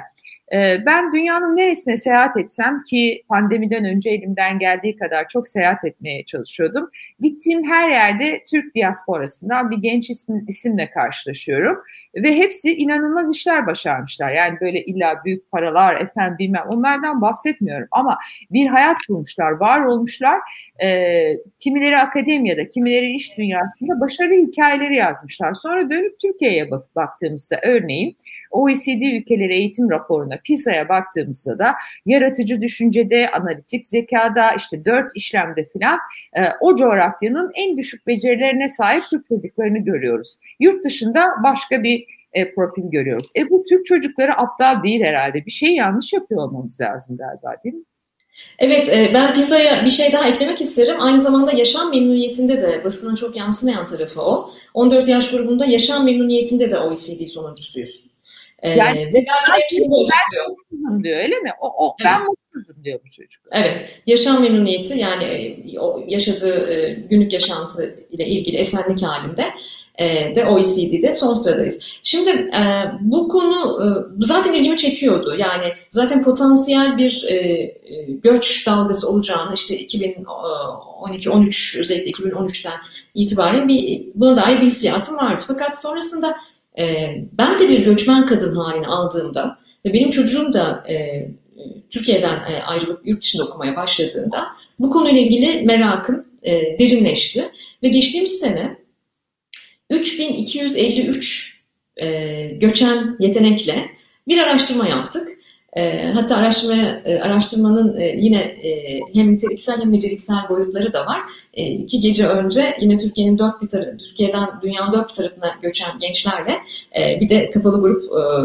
Ben dünyanın neresine seyahat etsem, ki pandemiden önce elimden geldiği kadar çok seyahat etmeye çalışıyordum. Gittiğim her yerde Türk diasporasından bir genç isim, isimle karşılaşıyorum. Ve hepsi inanılmaz işler başarmışlar. Yani böyle illa büyük paralar, efendim bilmem, onlardan bahsetmiyorum. Ama bir hayat kurmuşlar, var olmuşlar. E, kimileri akademiyada, kimileri iş dünyasında başarı hikayeleri yazmışlar. Sonra dönüp Türkiye'ye bak baktığımızda örneğin O E C D ülkeleri eğitim raporuna, PISA'ya baktığımızda da yaratıcı düşüncede, analitik zekada, işte dört işlemde filan e, o coğrafyanın en düşük becerilerine sahip Türk çocuklarını görüyoruz. Yurt dışında başka bir e, profil görüyoruz. E bu Türk çocukları aptal değil herhalde. Bir şey yanlış yapıyor olmamız lazım galiba, değil mi? Evet, ben PISA'ya bir şey daha eklemek isterim. Aynı zamanda yaşam memnuniyetinde de basına çok yansımayan tarafı o. on dört yaş grubunda yaşam memnuniyetinde de O E C D sonuncusuyuz. Yani ee, ve belki de hepsini de ben mutsuzum diyor, öyle mi? O, o, evet. Ben mutsuzum diyor bu çocuk. Evet, yaşam memnuniyeti, yani o yaşadığı günlük yaşantı ile ilgili esenlik halinde de O E C D'de son sıradayız. Şimdi bu konu zaten ilgimi çekiyordu. Yani zaten potansiyel bir göç dalgası olacağını, işte iki bin on iki on üç, özellikle iki bin on üçten itibaren bir, buna dair bir hissiyatım vardı. Fakat sonrasında ben de bir göçmen kadın halini aldığımda ve benim çocuğum da Türkiye'den ayrılıp yurt dışında okumaya başladığında bu konuyla ilgili merakım derinleşti. Ve geçtiğimiz sene üç bin iki yüz elli üç e, göçen yetenekle bir araştırma yaptık. E, hatta araştırma, e, araştırmanın e, yine e, hem niteliksel hem niceliksel boyutları da var. E, iki gece önce yine Türkiye'nin dört bir tarafı, Türkiye'den dünyanın dört bir tarafına göçen gençlerle e, bir de kapalı grup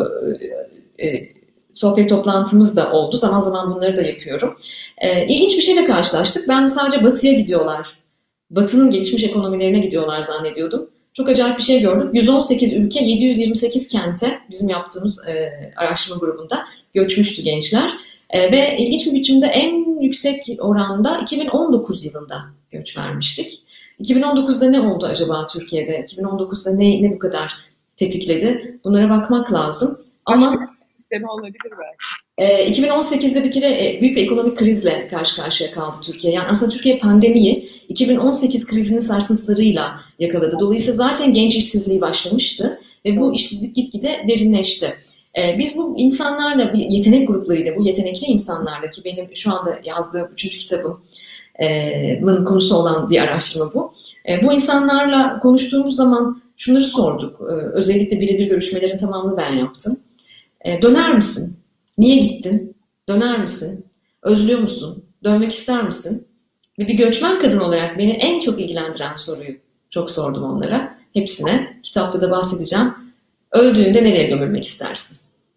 e, e, sohbet toplantımız da oldu. Zaman zaman bunları da yapıyorum. E, ilginç bir şeyle karşılaştık. Ben sadece batıya gidiyorlar, batının gelişmiş ekonomilerine gidiyorlar zannediyordum. Çok acayip bir şey gördük. yüz on sekiz ülke, yedi yüz yirmi sekiz kente bizim yaptığımız e, araştırma grubunda göçmüştü gençler. E, ve ilginç bir biçimde en yüksek oranda iki bin on dokuz yılında göç vermiştik. iki bin on dokuzda ne oldu acaba Türkiye'de? iki bin on dokuzda ne, ne bu kadar tetikledi? Bunlara bakmak lazım. Ama sistemi olabilir belki. E, iki bin on sekizde bir kere e, büyük bir ekonomik krizle karşı karşıya kaldı Türkiye. Yani aslında Türkiye pandemiyi iki bin on sekiz krizinin sarsıntılarıyla yakaladı. Dolayısıyla zaten genç işsizliği başlamıştı ve bu işsizlik gitgide derinleşti. E, biz bu insanlarla, bir yetenek gruplarıyla, bu yetenekli insanlarla, ki benim şu anda yazdığım üçüncü kitabımın konusu olan bir araştırma bu. E, bu insanlarla konuştuğumuz zaman şunları sorduk. E, özellikle birebir görüşmelerin tamamını ben yaptım. E, döner misin? Niye gittin? Döner misin? Özlüyor musun? Dönmek ister misin? Ve bir göçmen kadın olarak beni en çok ilgilendiren soruyu çok sordum onlara. Hepsine. Kitapta da bahsedeceğim. Öldüğünde nereye gömülmek istersin?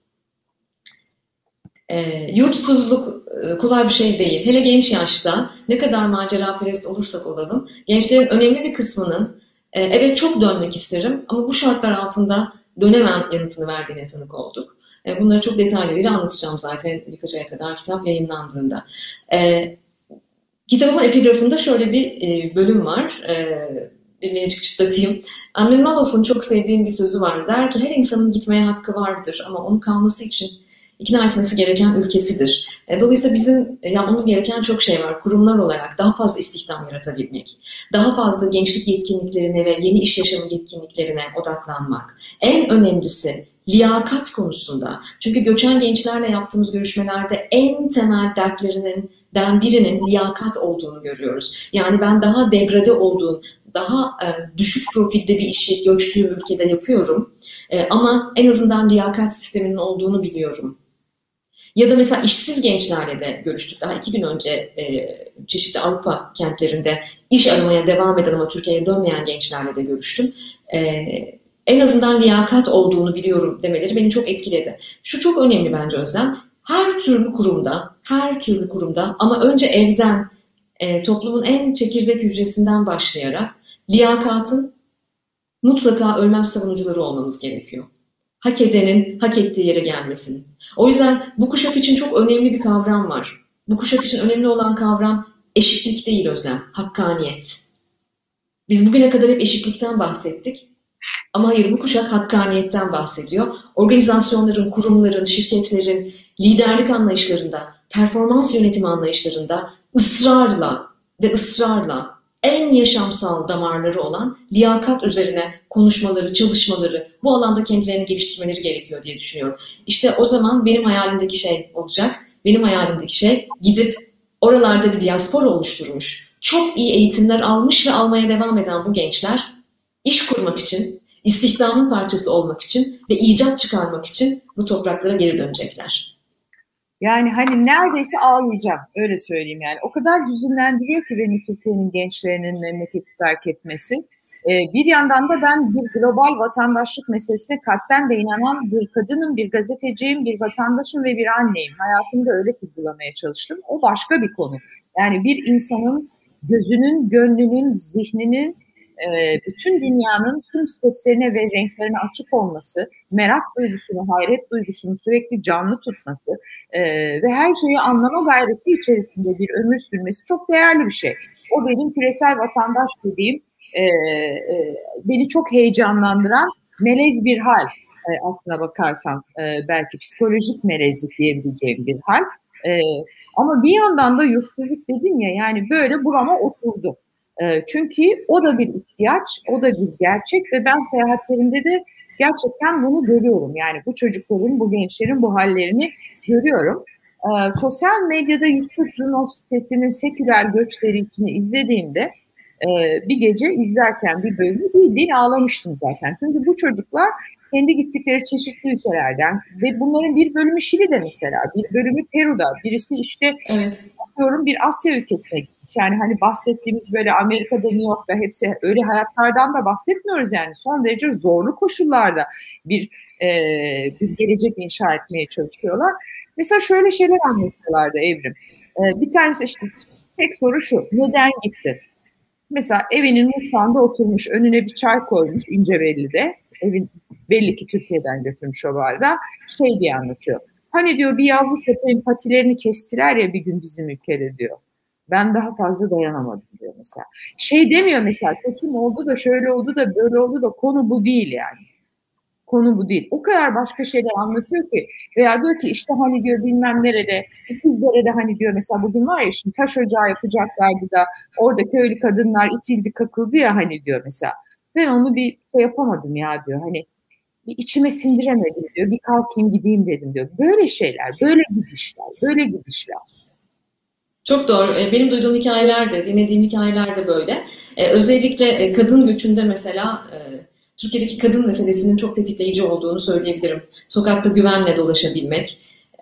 E, yurtsuzluk e, kolay bir şey değil. Hele genç yaşta ne kadar maceraperest olursak olalım, gençlerin önemli bir kısmının e, evet çok dönmek isterim ama bu şartlar altında dönemem yanıtını verdiğine tanık olduk. Bunları çok detaylarıyla anlatacağım zaten birkaç aya kadar kitap yayınlandığında. Ee, kitabımın epigrafında şöyle bir e, bölüm var. Ee, bir minicik çıtlatayım. Amin Maloff'un çok sevdiğim bir sözü var. Der ki her insanın gitmeye hakkı vardır ama onu kalması için ikna etmesi gereken ülkesidir. E, dolayısıyla bizim yapmamız gereken çok şey var. Kurumlar olarak daha fazla istihdam yaratabilmek, daha fazla gençlik yetkinliklerine ve yeni iş yaşamı yetkinliklerine odaklanmak. En önemlisi liyakat konusunda. Çünkü göçen gençlerle yaptığımız görüşmelerde en temel dertlerinden birinin liyakat olduğunu görüyoruz. Yani ben daha degrade olduğum, daha e, düşük profilde bir işi göçtüğüm ülkede yapıyorum. E, ama en azından liyakat sisteminin olduğunu biliyorum. Ya da mesela işsiz gençlerle de görüştük. Daha iki gün önce e, çeşitli Avrupa kentlerinde iş aramaya devam eden ama Türkiye'ye dönmeyen gençlerle de görüştüm. E, en azından liyakat olduğunu biliyorum demeleri beni çok etkiledi. Şu çok önemli bence Özlem. Her türlü kurumda, her türlü kurumda ama önce evden, e, toplumun en çekirdek hücresinden başlayarak liyakatın mutlaka ölmez savunucuları olmamız gerekiyor. Hak edenin hak ettiği yere gelmesinin. O yüzden bu kuşak için çok önemli bir kavram var. Bu kuşak için önemli olan kavram eşitlik değil Özlem, hakkaniyet. Biz bugüne kadar hep eşitlikten bahsettik. Ama hayır, bu kuşak hakkaniyetten bahsediyor. Organizasyonların, kurumların, şirketlerin liderlik anlayışlarında, performans yönetimi anlayışlarında ısrarla ve ısrarla en yaşamsal damarları olan liyakat üzerine konuşmaları, çalışmaları, bu alanda kendilerini geliştirmeleri gerekiyor diye düşünüyorum. İşte o zaman benim hayalimdeki şey olacak. Benim hayalimdeki şey gidip oralarda bir diaspora oluşturmuş, çok iyi eğitimler almış ve almaya devam eden bu gençler iş kurmak için, istihdamın parçası olmak için ve icat çıkarmak için bu topraklara geri dönecekler. Yani hani neredeyse ağlayacağım, öyle söyleyeyim yani. O kadar hüzünlendiriyor ki beni Türkiye'nin gençlerinin memleketi terk etmesi. Ee, bir yandan da ben bir global vatandaşlık meselesine kalpten de inanan bir kadının, bir gazeteciyim, bir vatandaşım ve bir anneyim. Hayatımda öyle kurgulamaya çalıştım. O başka bir konu. Yani bir insanın gözünün, gönlünün, zihninin, bütün dünyanın tüm seslerine ve renklerine açık olması, merak duygusunu, hayret duygusunu sürekli canlı tutması e, ve her şeyi anlama gayreti içerisinde bir ömür sürmesi çok değerli bir şey. O benim küresel vatandaş dediğim, e, e, beni çok heyecanlandıran melez bir hal. E, aslına bakarsan e, belki psikolojik melezlik diyebileceğim bir hal. E, ama bir yandan da yurtsuzluk dedim ya, yani böyle burama oturdu. Çünkü o da bir ihtiyaç, o da bir gerçek ve ben seyahatlerimde de gerçekten bunu görüyorum. Yani bu çocukların, bu gençlerin bu hallerini görüyorum. Ee, sosyal medyada Yusuf Junos sitesinin seküler göç serisini izlediğimde e, bir gece izlerken bir bölümü bildiğin ağlamıştım zaten. Çünkü bu çocuklar kendi gittikleri çeşitli ülkelerden ve bunların bir bölümü Şili'de mesela, bir bölümü Peru'da, birisi işte evet. bir Asya ülkesine gittik. Yani hani bahsettiğimiz böyle Amerika'da, New York'ta hepsi öyle hayatlardan da bahsetmiyoruz yani. Son derece zorlu koşullarda bir, e, bir gelecek inşa etmeye çalışıyorlar. Mesela şöyle şeyler anlatıyorlardı Evrim. E, bir tanesi işte tek soru şu: neden gitti? Mesela evinin mutfağında oturmuş, önüne bir çay koymuş İncebelli'de. Evin belli ki Türkiye'den götürmüş o barda. Şey diye anlatıyor. Hani diyor bir yavru köpeğin patilerini kestiler ya bir gün bizim ülkede diyor. Ben daha fazla dayanamadım diyor mesela. Şey demiyor mesela, seçim oldu da şöyle oldu da böyle oldu da, konu bu değil yani. Konu bu değil. O kadar başka şeyler anlatıyor ki, veya diyor ki işte hani diyor bilmem nerede, İkizdere'de hani diyor mesela bugün var ya şimdi taş ocağı yapacaklardı da orada köylü kadınlar itildi kakıldı ya hani diyor mesela. Ben onu bir şey yapamadım ya diyor, hani bir içime sindiremedim diyor, bir kalkayım gideyim dedim diyor. Böyle şeyler, böyle gidişler, böyle gidişler. Çok doğru. Benim duyduğum hikayeler de, dinlediğim hikayeler de böyle. Özellikle kadın göçünde mesela Türkiye'deki kadın meselesinin çok tetikleyici olduğunu söyleyebilirim. Sokakta güvenle dolaşabilmek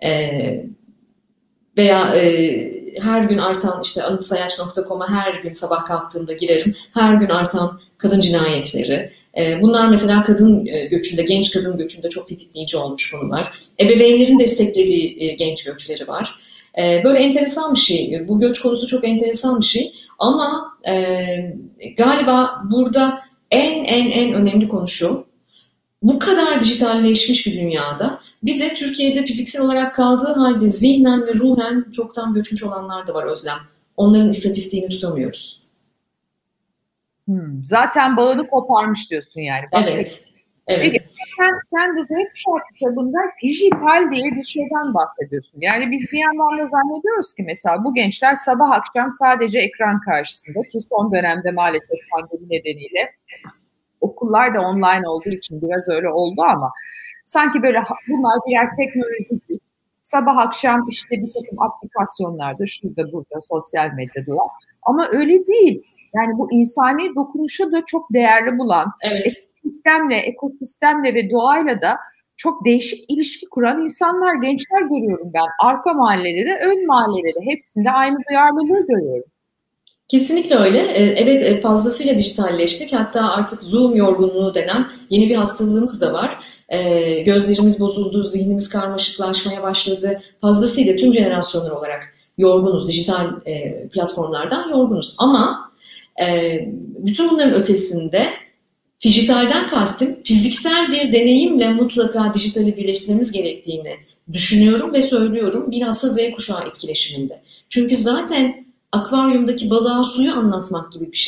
veya her gün artan, işte anıtsayaç nokta com'a her gün sabah kalktığımda girerim, her gün artan kadın cinayetleri. Bunlar mesela kadın göçünde, genç kadın göçünde çok tetikleyici olmuş konular. Ebeveynlerin desteklediği genç göçleri var. Böyle enteresan bir şey. Bu göç konusu çok enteresan bir şey. Ama e, galiba burada en en en önemli konu şu: bu kadar dijitalleşmiş bir dünyada bir de Türkiye'de fiziksel olarak kaldığı halde zihnen ve ruhen çoktan göçmüş olanlar da var Özlem. Onların istatistiğini tutamıyoruz. Hmm, zaten bağını koparmış diyorsun yani. Başka evet. Evet. Peki sen, sen de Z Kuşağı kitabında fijital diye bir şeyden bahsediyorsun. Yani biz bir yandan da zannediyoruz ki mesela bu gençler sabah akşam sadece ekran karşısında, ki son dönemde maalesef pandemi nedeniyle okullar da online olduğu için biraz öyle oldu, ama sanki böyle bunlar birer teknolojik, sabah akşam işte bir takım aplikasyonlardır, şurada burada sosyal medyadılar, ama öyle değil. Yani bu insani dokunuşu da çok değerli bulan, evet. ekosistemle, ekosistemle ve doğayla da çok değişik ilişki kuran insanlar, gençler görüyorum ben. Arka mahalleleri, ön mahalleleri, hepsinde aynı duyarlılığı görüyorum. Kesinlikle öyle. Evet, fazlasıyla dijitalleştik. Hatta artık Zoom yorgunluğu denen yeni bir hastalığımız da var. Gözlerimiz bozuldu, zihnimiz karmaşıklaşmaya başladı. Fazlasıyla tüm jenerasyonlar olarak yorgunuz. Dijital platformlardan yorgunuz. Ama bütün bunların ötesinde dijitalden kastım fiziksel bir deneyimle mutlaka dijitali birleştirmemiz gerektiğini düşünüyorum ve söylüyorum. Bilhassa Z kuşağı etkileşiminde. Çünkü zaten akvaryumdaki balığa suyu anlatmak gibi bir şey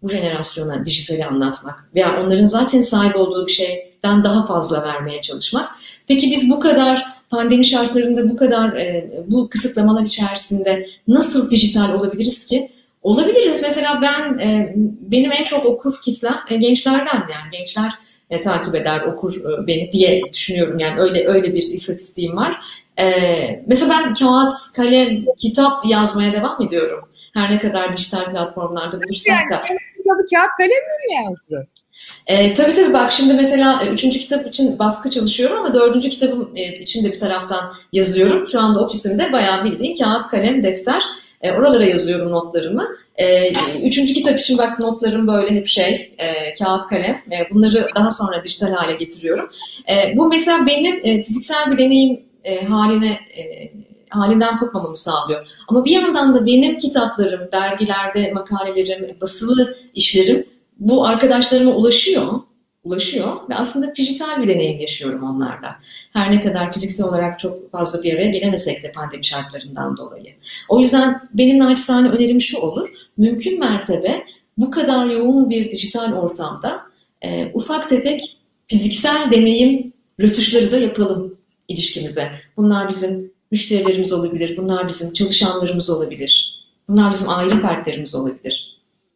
bu jenerasyona dijitali anlatmak veya onların zaten sahip olduğu bir şeyden daha fazla vermeye çalışmak. Peki biz bu kadar pandemi şartlarında bu kadar e, bu kısıtlamalar içerisinde nasıl dijital olabiliriz ki? Olabiliriz. Mesela ben e, benim en çok okur kitlem e, gençlerden, yani gençler e, takip eder, okur e, beni diye düşünüyorum. Yani öyle öyle bir istatistiğim var. E, mesela ben kağıt, kalem, kitap yazmaya devam ediyorum. Her ne kadar dijital platformlarda buluşsak da. Yani kitabı kağıt kalemle mi yazdı? E, tabii tabii bak şimdi mesela üçüncü kitap için baskı çalışıyorum ama dördüncü kitabım e, için de bir taraftan yazıyorum. Şu anda ofisimde bayağı bildiğin kağıt, kalem, defter. E, oralara yazıyorum notlarımı. E, üçüncü kitap için bak notlarım böyle hep şey, e, kağıt, kalem. E, bunları daha sonra dijital hale getiriyorum. E, bu mesela benim e, fiziksel bir deneyim e, haline e, halinden kopmamamı sağlıyor. Ama bir yandan da benim kitaplarım, dergilerde makalelerim, basılı işlerim bu arkadaşlarıma ulaşıyor, ulaşıyor ve aslında dijital bir deneyim yaşıyorum onlarla. Her ne kadar fiziksel olarak çok fazla bir araya gelemesek de pandemi şartlarından dolayı. O yüzden benim naçizane önerim şu olur, mümkün mertebe bu kadar yoğun bir dijital ortamda e, ufak tefek fiziksel deneyim rötuşları da yapalım ilişkimize. Bunlar bizim müşterilerimiz olabilir, bunlar bizim çalışanlarımız olabilir, bunlar bizim aile fertlerimiz olabilir.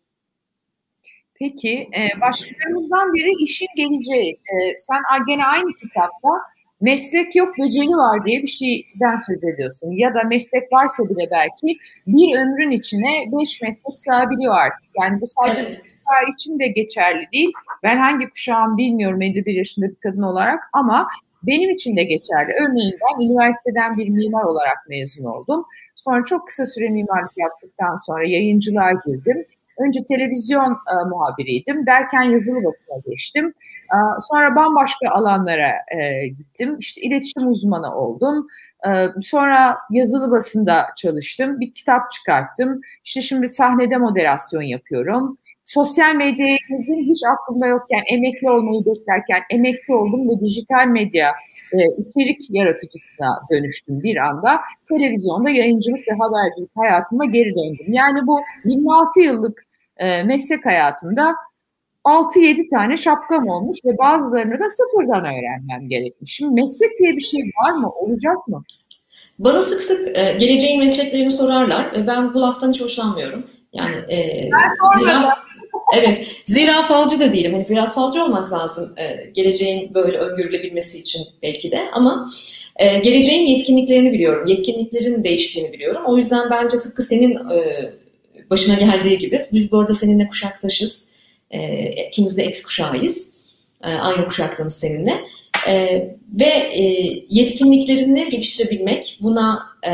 Peki, e, başlıklarımızdan biri işin geleceği. E, sen gene aynı kitapta meslek yok, beceri var diye bir şeyden söz ediyorsun. Ya da meslek varsa bile belki bir ömrün içine beş meslek sığabiliyor artık. Yani bu sadece Evet. kuşağı için de geçerli değil. Ben hangi kuşağım bilmiyorum elli bir yaşında bir kadın olarak ama benim için de geçerli. Örneğin ben üniversiteden bir mimar olarak mezun oldum. Sonra çok kısa süre mimarlık yaptıktan sonra yayıncılığa girdim. Önce televizyon e, muhabiriydim. Derken yazılı basına geçtim. E, sonra bambaşka alanlara e, gittim. İşte iletişim uzmanı oldum. E, sonra yazılı basında çalıştım. Bir kitap çıkarttım. İşte şimdi sahnede moderasyon yapıyorum. Sosyal medyaya girdim. Hiç aklımda yokken emekli olmayı beklerken emekli oldum ve dijital medya e, içerik yaratıcısına dönüştüm bir anda. Televizyonda yayıncılık ve habercilik hayatıma geri döndüm. Yani bu yirmi altı yıllık e, meslek hayatımda altı yedi tane şapkam olmuş ve bazılarını da sıfırdan öğrenmem gerekmiş. Şimdi meslek diye bir şey var mı? Olacak mı? Bana sık sık e, geleceğin mesleklerini sorarlar. E, ben bu laftan hiç hoşlanmıyorum. Yani e, ben zira, evet, zira falcı da değilim. Yani biraz falcı olmak lazım e, geleceğin böyle öngörülebilmesi için belki de. Ama e, geleceğin yetkinliklerini biliyorum. Yetkinliklerin değiştiğini biliyorum. O yüzden bence tıpkı senin e, başına geldiği gibi. Biz bu arada seninle kuşaktaşız. E, ikimiz de X kuşağıyız. E, aynı kuşaktanız seninle. Ee, ve e, yetkinliklerini geliştirebilmek, buna e,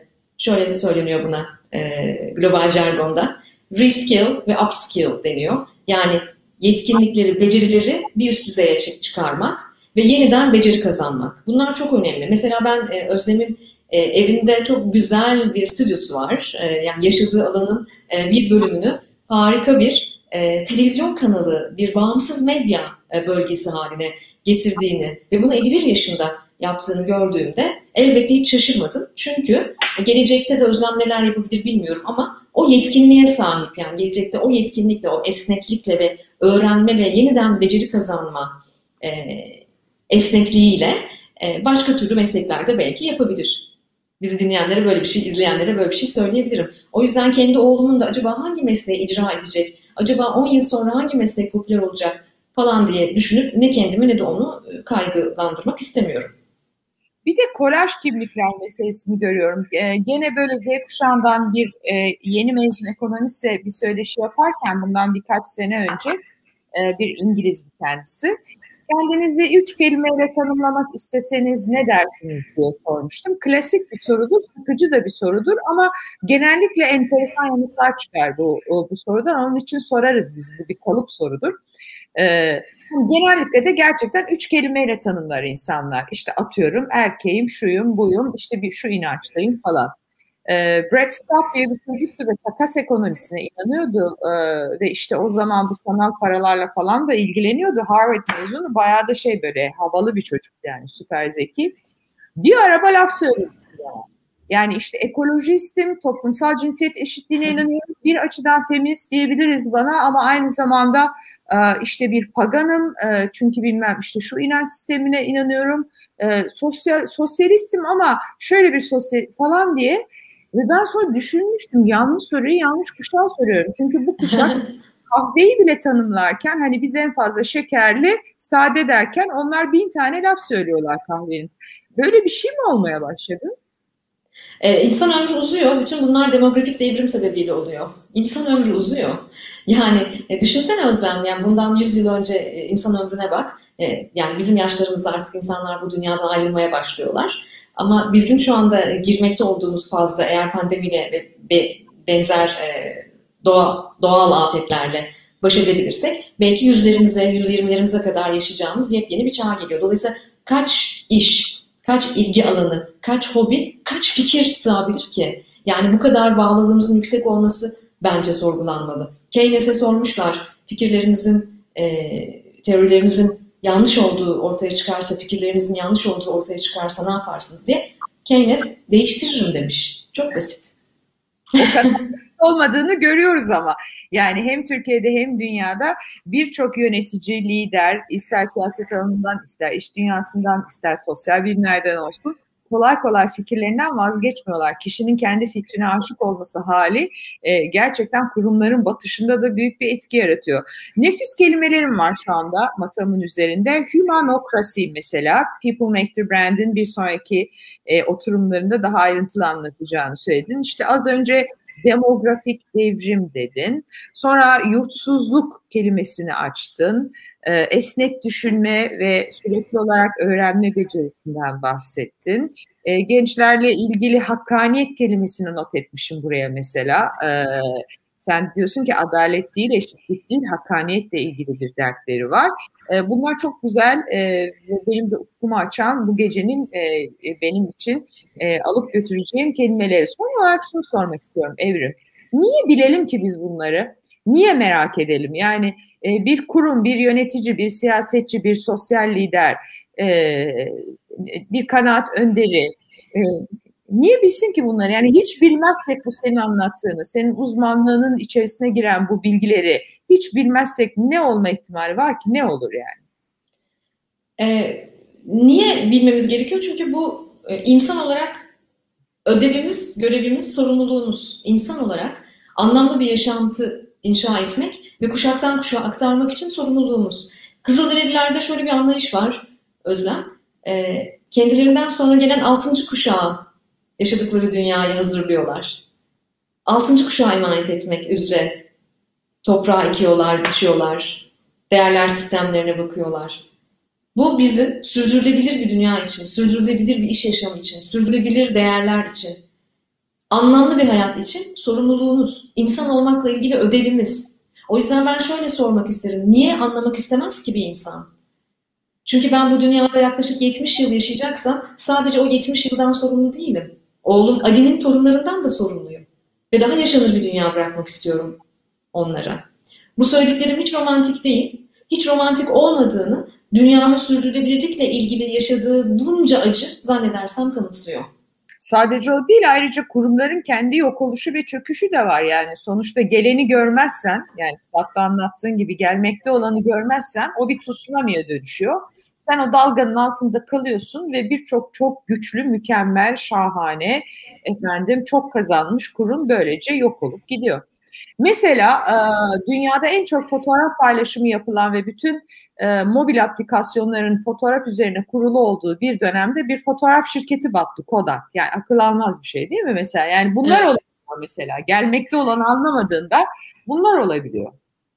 şöyle söyleniyor buna e, global jargonda, reskill ve upskill deniyor. Yani yetkinlikleri, becerileri bir üst düzeye çıkarmak ve yeniden beceri kazanmak. Bunlar çok önemli. Mesela ben e, Özlem'in e, evinde çok güzel bir stüdyosu var. E, yani yaşadığı alanın e, bir bölümünü harika bir e, televizyon kanalı, bir bağımsız medya e, bölgesi haline getirdiğini ve bunu elli bir yaşında yaptığını gördüğümde elbette hiç şaşırmadım. Çünkü gelecekte de Özlem neler yapabilir bilmiyorum ama o yetkinliğe sahip, yani gelecekte o yetkinlikle, o esneklikle ve öğrenme ve yeniden beceri kazanma e, esnekliğiyle e, başka türlü mesleklerde belki yapabilir. Bizi dinleyenlere böyle bir şey, izleyenlere böyle bir şey söyleyebilirim. O yüzden kendi oğlumun da acaba hangi mesleği icra edecek, acaba on yıl sonra hangi meslek popüler olacak falan diye düşünüp ne kendimi ne de onu kaygılandırmak istemiyorum. Bir de kolaj kimlikler meselesini görüyorum. Ee, gene böyle Z kuşağından bir e, yeni mezun ekonomistle bir söyleşi yaparken bundan birkaç sene önce e, bir İngiliz kendisi. Kendinizi üç kelimeyle tanımlamak isteseniz ne dersiniz diye sormuştum. Klasik bir sorudur, sıkıcı da bir sorudur ama genellikle enteresan yanıtlar çıkar bu, bu sorudan. Onun için sorarız biz. Bu bir kalıp sorudur. Ee, genellikle de gerçekten üç kelimeyle tanımlar insanlar. İşte atıyorum erkeğim, şuyum, buyum, işte bir şu inançtayım falan. Ee, Brett Scott diye bir çocuktu ve takas ekonomisine inanıyordu ee, ve işte o zaman bu sanal paralarla falan da ilgileniyordu. Harvard mezunu, bayağı da şey böyle havalı bir çocuk yani, süper zeki. Bir araba laf söyledi. Yani işte ekolojistim, toplumsal cinsiyet eşitliğine inanıyorum. Bir açıdan feminist diyebiliriz bana ama aynı zamanda e, işte bir paganım. E, çünkü bilmem işte şu inanç sistemine inanıyorum. E, sosyal sosyalistim ama şöyle bir sosyal falan diye. Ve ben sonra düşünmüştüm, yanlış soruyu yanlış kuşağa soruyorum. Çünkü bu kuşak kahveyi bile tanımlarken hani biz en fazla şekerli, sade derken onlar bin tane laf söylüyorlar kahvenin. Böyle bir şey mi olmaya başladı? Ee, insan ömrü uzuyor. Bütün bunlar demografik devrim sebebiyle oluyor. İnsan ömrü uzuyor. Yani e, düşünsene Özlem, yani bundan yüz yıl önce e, insan ömrüne bak. E, yani bizim yaşlarımızda artık insanlar bu dünyadan ayrılmaya başlıyorlar. Ama bizim şu anda girmekte olduğumuz fazla, eğer pandemiyle ve be, benzer e, doğa, doğal afetlerle baş edebilirsek belki yüzlerimize, yüz yirmilerimize kadar yaşayacağımız yepyeni bir çağa geliyor. Dolayısıyla kaç iş, kaç ilgi alanı, kaç hobi, kaç fikir sığabilir ki? Yani bu kadar bağlılığımızın yüksek olması bence sorgulanmalı. Keynes'e sormuşlar, fikirlerinizin, e, teorilerinizin yanlış olduğu ortaya çıkarsa, fikirlerinizin yanlış olduğu ortaya çıkarsa ne yaparsınız diye. Keynes değiştiririm demiş. Çok basit. O kadar olmadığını görüyoruz ama. Yani hem Türkiye'de hem dünyada birçok yönetici, lider, ister siyaset alanından, ister iş dünyasından, ister sosyal bilimlerden olsun, kolay kolay fikirlerinden vazgeçmiyorlar. Kişinin kendi fikrine aşık olması hali e, gerçekten kurumların batışında da büyük bir etki yaratıyor. Nefis kelimelerim var şu anda masamın üzerinde. Humanocracy mesela, People Make the Brand'in bir sonraki e, oturumlarında daha ayrıntılı anlatacağını söyledin. İşte az önce demografik devrim dedin. Sonra yurtsuzluk kelimesini açtın. E, esnek düşünme ve sürekli olarak öğrenme becerisinden bahsettin. E, gençlerle ilgili hakkaniyet kelimesini not etmişim buraya mesela. E, sen diyorsun ki adalet değil, eşitlik değil, hakkaniyetle ilgili bir dertleri var. E, bunlar çok güzel e, ve benim de ufkumu açan bu gecenin e, benim için e, alıp götüreceğim kelimeleri. Son olarak şunu sormak istiyorum Evrim. Niye bilelim ki biz bunları? Niye merak edelim? Yani e, bir kurum, bir yönetici, bir siyasetçi, bir sosyal lider, e, bir kanaat önderi e, niye bilsin ki bunları? Yani hiç bilmezsek bu senin anlattığını, senin uzmanlığının içerisine giren bu bilgileri hiç bilmezsek ne olma ihtimali var ki? Ne olur yani? Ee, niye bilmemiz gerekiyor? Çünkü bu e, insan olarak ödevimiz, görevimiz, sorumluluğumuz. İnsan olarak anlamlı bir yaşantı inşa etmek ve kuşaktan kuşağa aktarmak için sorumluluğumuz. Kızılderililerde şöyle bir anlayış var Özlem. Ee, kendilerinden sonra gelen altıncı kuşağı yaşadıkları dünyayı hazırlıyorlar. Altıncı kuşağa emanet etmek üzere toprağı ekiyorlar, biçiyorlar, değerler sistemlerine bakıyorlar. Bu bizim sürdürülebilir bir dünya için, sürdürülebilir bir iş yaşamı için, sürdürülebilir değerler için, anlamlı bir hayat için sorumluluğumuz, insan olmakla ilgili ödevimiz. O yüzden ben şöyle sormak isterim. Niye anlamak istemez ki bir insan? Çünkü ben bu dünyada yaklaşık yetmiş yıl yaşayacaksam sadece o yetmiş yıldan sorumlu değilim. Oğlum Ali'nin torunlarından da sorumluyum. Ve daha yaşanır bir dünya bırakmak istiyorum onlara. Bu söylediklerim hiç romantik değil. Hiç romantik olmadığını dünyanın sürdürülebilirlikle ilgili yaşadığı bunca acı zannedersem kanıtlıyor. Sadece o değil, ayrıca kurumların kendi yok oluşu ve çöküşü de var yani. Sonuçta geleni görmezsen, yani hatta anlattığın gibi gelmekte olanı görmezsen o bir tsunami'ye dönüşüyor. Sen o dalganın altında kalıyorsun ve birçok çok güçlü, mükemmel, şahane, efendim çok kazanmış kurum böylece yok olup gidiyor. Mesela dünyada en çok fotoğraf paylaşımı yapılan ve bütün e, mobil aplikasyonların fotoğraf üzerine kurulu olduğu bir dönemde bir fotoğraf şirketi battı, Kodak. Yani akıl almaz bir şey değil mi mesela? Yani bunlar evet. olabiliyor mesela. Gelmekte olanı anlamadığında bunlar olabiliyor.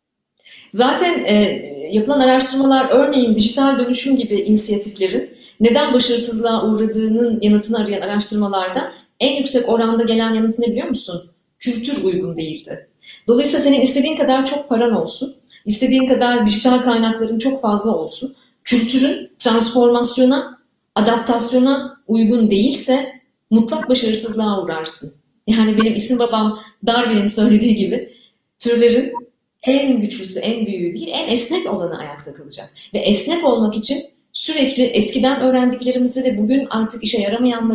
Zaten e, yapılan araştırmalar, örneğin dijital dönüşüm gibi inisiyatiflerin neden başarısızlığa uğradığının yanıtını arayan araştırmalarda en yüksek oranda gelen yanıt ne biliyor musun? Kültür uygun değildi. Dolayısıyla senin istediğin kadar çok paran olsun, istediğin kadar dijital kaynakların çok fazla olsun, kültürün transformasyona, adaptasyona uygun değilse mutlak başarısızlığa uğrarsın. Yani benim isim babam Darwin'in söylediği gibi türlerin en güçlüsü, en büyüğü değil, en esnek olanı ayakta kalacak. Ve esnek olmak için sürekli eskiden öğrendiklerimizi ve bugün artık işe yaramayanları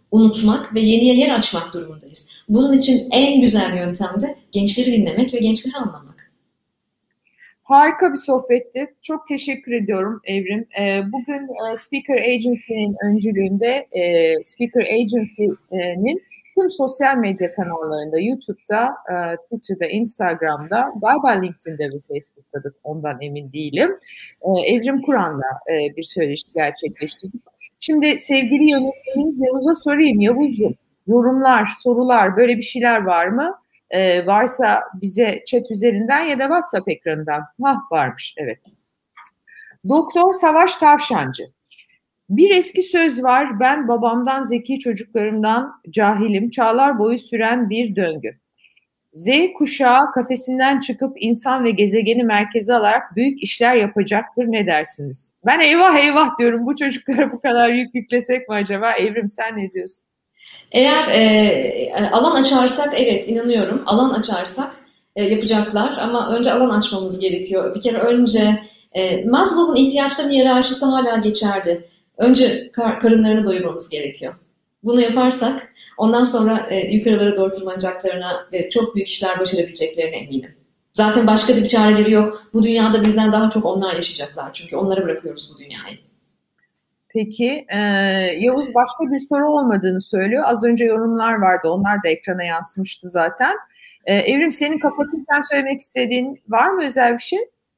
unutmak ve yeniye yer açmak durumundayız. Bunun için en güzel yöntem de gençleri dinlemek ve gençleri anlamak. Harika bir sohbetti. Çok teşekkür ediyorum Evrim. Bugün Speaker Agency'nin öncülüğünde Speaker Agency'nin tüm sosyal medya kanallarında, YouTube'da, Twitter'da, Instagram'da, galiba LinkedIn'de ve Facebook'ta da ondan emin değilim. Evrim Kur'an'la bir söyleşi gerçekleştirdik. Şimdi sevgili yönetmenimiz Yavuz'a sorayım. Yavuz'cum, yorumlar, sorular, böyle bir şeyler var mı? Ee, varsa bize chat üzerinden ya da WhatsApp ekranından. Hah, varmış, evet. Doktor Savaş Tavşancı. Bir eski söz var, ben babamdan zeki, çocuklarımdan cahilim, çağlar boyu süren bir döngü. Z kuşağı kafesinden çıkıp insan ve gezegeni merkeze alarak büyük işler yapacaktır, ne dersiniz? Ben eyvah eyvah diyorum, bu çocuklara bu kadar yük yüklesek mi acaba? Evrim, sen ne diyorsun? Eğer e, alan açarsak, evet inanıyorum, alan açarsak e, yapacaklar ama önce alan açmamız gerekiyor. Bir kere önce e, Maslow'un ihtiyaçların hiyerarşisi hala geçerli. Önce kar, karınlarını doyurmamız gerekiyor. Bunu yaparsak ondan sonra e, yukarılara doğru tırmanacaklarına ve çok büyük işler başarabileceklerine eminim. Zaten başka da bir çareleri yok. Bu dünyada bizden daha çok onlar yaşayacaklar. Çünkü onlara bırakıyoruz bu dünyayı. Peki, e, Yavuz başka bir soru olmadığını söylüyor. Az önce yorumlar vardı, onlar da ekrana yansımıştı zaten. E, Evrim, senin kapatırken söylemek istediğin var mı, özel bir şey?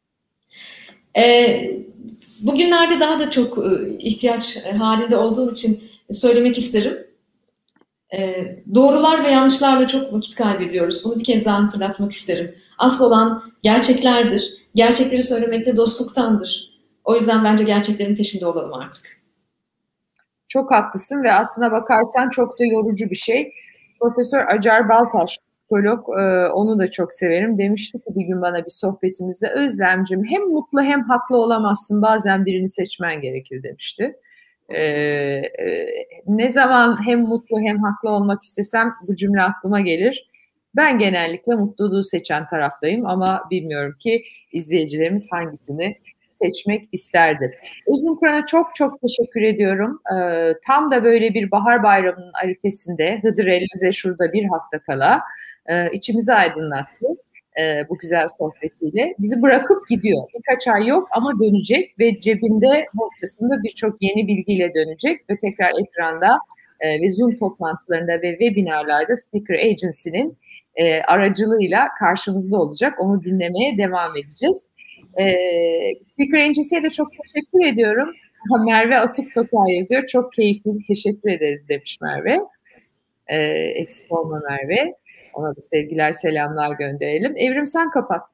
E, bugünlerde daha da çok ihtiyaç halinde olduğum için söylemek isterim. E, doğrular ve yanlışlarla çok vakit kaybediyoruz. Bunu bir kez daha hatırlatmak isterim. Asıl olan gerçeklerdir. Gerçekleri söylemekte dostluktandır. O yüzden bence gerçeklerin peşinde olalım artık. Çok haklısın ve aslına bakarsan çok da yorucu bir şey. Profesör Acar Baltaş, psikolog, onu da çok severim. Demişti ki bir gün bana bir sohbetimizde, Özlemciğim hem mutlu hem haklı olamazsın, bazen birini seçmen gerekir demişti. Ee, ne zaman hem mutlu hem haklı olmak istesem bu cümle aklıma gelir. Ben genellikle mutluluğu seçen taraftayım ama bilmiyorum ki izleyicilerimiz hangisini seçmek isterdi. Evrim Kur'an'a çok çok teşekkür ediyorum. Ee, tam da böyle bir bahar bayramının arifesinde, Hıdır Ellez'e şurada bir hafta kala e, içimizi aydınlattı e, bu güzel sohbetiyle. Bizi bırakıp gidiyor. Birkaç ay yok ama dönecek ve cebinde, bohçasında birçok yeni bilgiyle dönecek ve tekrar ekranda e, ve Zoom toplantılarında ve webinarlarda Speaker Agency'nin e, aracılığıyla karşımızda olacak. Onu dinlemeye devam edeceğiz. E, Speaker Agency'ye de çok teşekkür ediyorum. Merve Atuk Tokar yazıyor. Çok keyifli, teşekkür ederiz demiş Merve. E, eksik olma Merve. Ona da sevgiler, selamlar gönderelim. Evrim, sen kapat.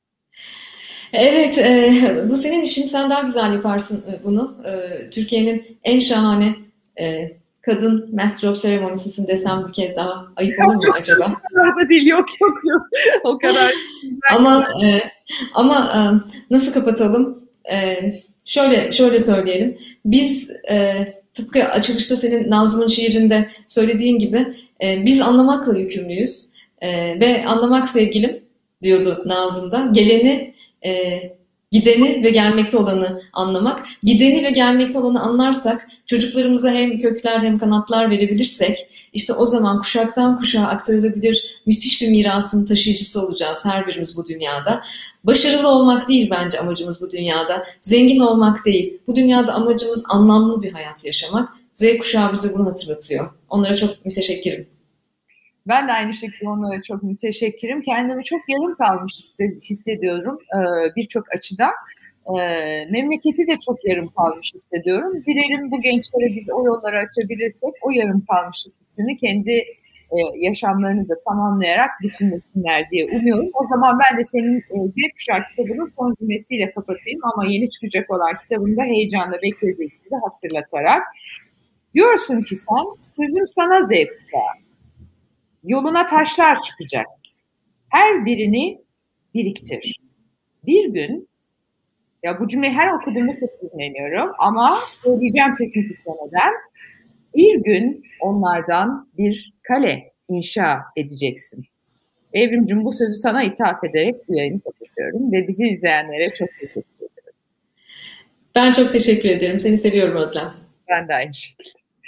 Evet, e, bu senin işin. Sen daha güzel yaparsın bunu. E, Türkiye'nin en şahane e, kadın Master of Ceremonies'in desem bir kez daha ayıp olur mu acaba? O kadar da değil, yok yok yok. O kadar. ama e, ama e, nasıl kapatalım? E, şöyle şöyle söyleyelim. Biz e, tıpkı açılışta senin Nazım'ın şiirinde söylediğin gibi e, biz anlamakla yükümlüyüz. E, ve anlamak sevgilim diyordu Nazım'da. Geleni, e, gideni ve gelmekte olanı anlamak. Gideni ve gelmekte olanı anlarsak, çocuklarımıza hem kökler hem kanatlar verebilirsek, işte o zaman kuşaktan kuşağa aktarılabilir müthiş bir mirasın taşıyıcısı olacağız her birimiz bu dünyada. Başarılı olmak değil bence amacımız bu dünyada. Zengin olmak değil. Bu dünyada amacımız anlamlı bir hayat yaşamak. Z kuşağı bize bunu hatırlatıyor. Onlara çok müteşekkirim. Ben de aynı şekilde onlara çok müteşekkirim. Kendimi çok yarım kalmış hissediyorum e, birçok açıdan. E, memleketi de çok yarım kalmış hissediyorum. Dilerim bu gençlere biz o yolları açabilirsek o yarım kalmışlık hissini kendi e, yaşamlarını da tamamlayarak bütünlesinler diye umuyorum. O zaman ben de senin e, Z Kuşağı kitabının son cümlesiyle kapatayım ama yeni çıkacak olan kitabında heyecanla beklediğimizi de hatırlatarak. Diyorsun ki sen, sözüm sana Z Kuşağı. Yoluna taşlar çıkacak. Her birini biriktir. Bir gün, ya bu cümleyi her okuduğumda çok dinleniyorum ama söyleyeceğim sesim titремeden, bir gün onlardan bir kale inşa edeceksin. Evrimcim, bu sözü sana ithaf ederek bu yayını kapatıyorum ve bizi izleyenlere çok teşekkür ederim. Ben çok teşekkür ederim. Seni seviyorum Özlem. Ben de aynı şekilde.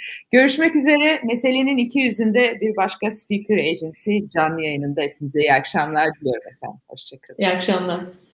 Görüşmek üzere. Meselenin iki yüzünde bir başka Speaker Agency canlı yayınında hepinize iyi akşamlar diliyorum efendim. Hoşçakalın. İyi akşamlar.